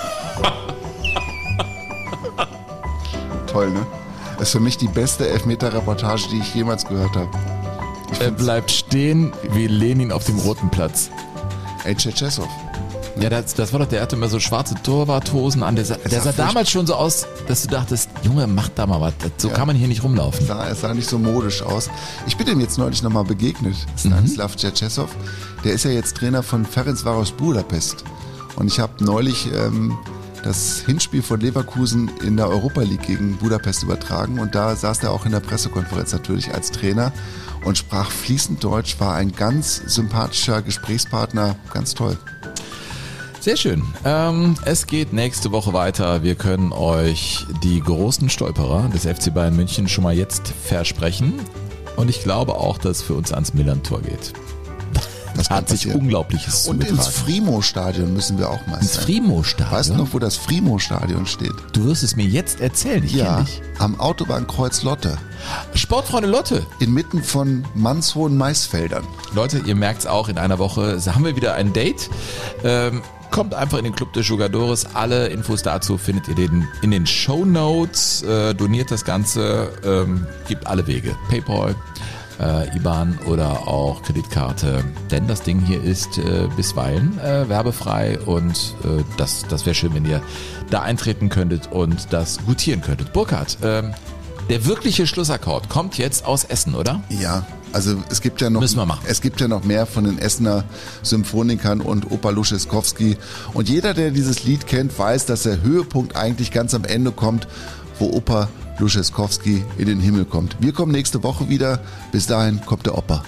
Toll, ne? Das ist für mich die beste Elfmeter-Reportage, die ich jemals gehört habe. Er bleibt stehen wie Lenin auf dem Roten Platz. Ey, Tschetschesow. Ja, das war doch, der hatte immer so schwarze Torwarthosen an. Der sah damals schon so aus, dass du dachtest, Junge, mach da mal was. So kann man hier nicht rumlaufen. Es sah nicht so modisch aus. Ich bin dem jetzt neulich nochmal begegnet, Stanislav Tschetschesow. Der ist ja jetzt Trainer von Ferencváros Budapest. Und ich habe neulich das Hinspiel von Leverkusen in der Europa League gegen Budapest übertragen. Und da saß er auch in der Pressekonferenz natürlich als Trainer und sprach fließend Deutsch, war ein ganz sympathischer Gesprächspartner, ganz toll. Sehr schön. Es geht nächste Woche weiter. Wir können euch die großen Stolperer des FC Bayern München schon mal jetzt versprechen. Und ich glaube auch, dass es für uns ans Millern-Tor geht. Das hat sich Unglaubliches zugetragen. Und ins Frimo-Stadion müssen wir auch mal sein. Ins Frimo-Stadion? Weißt du noch, wo das Frimo-Stadion steht? Du wirst es mir jetzt erzählen, ich kenne dich. Am Autobahnkreuz Lotte. Sportfreunde Lotte. Inmitten von mannshohen Maisfeldern. Leute, ihr merkt es auch, in einer Woche haben wir wieder ein Date. Kommt einfach in den Club des Jugadores. Alle Infos dazu findet ihr in den Shownotes. Doniert das Ganze. Gibt alle Wege. PayPal, IBAN oder auch Kreditkarte. Denn das Ding hier ist bisweilen werbefrei und das wäre schön, wenn ihr da eintreten könntet und das gutieren könntet. Burkhard, der wirkliche Schlussakkord kommt jetzt aus Essen, oder? Ja, also es gibt ja noch mehr von den Essener Symphonikern und Opa Luschewskowski. Und jeder, der dieses Lied kennt, weiß, dass der Höhepunkt eigentlich ganz am Ende kommt, wo Opa Luschewskowski in den Himmel kommt. Wir kommen nächste Woche wieder. Bis dahin kommt der Opa.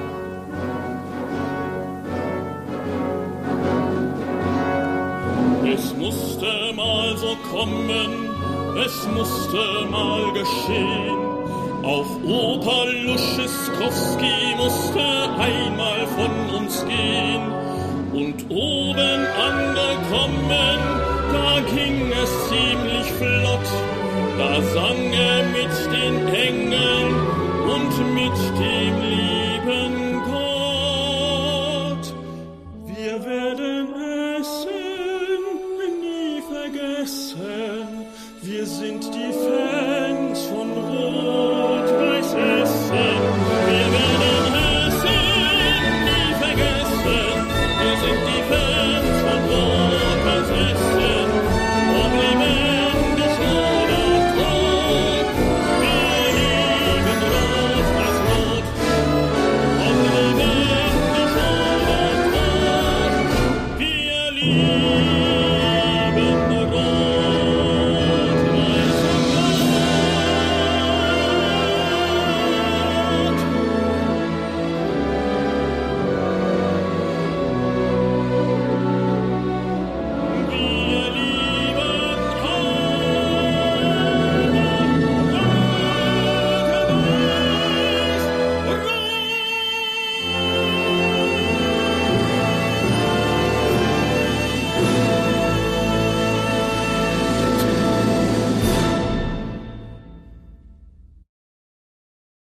Es musste mal so kommen, es musste mal geschehen. Auf Opa Luschewskowski musste einmal von uns gehen. Und oben angekommen, da ging es ziemlich flott. Da sang er mit den Engeln und mit dem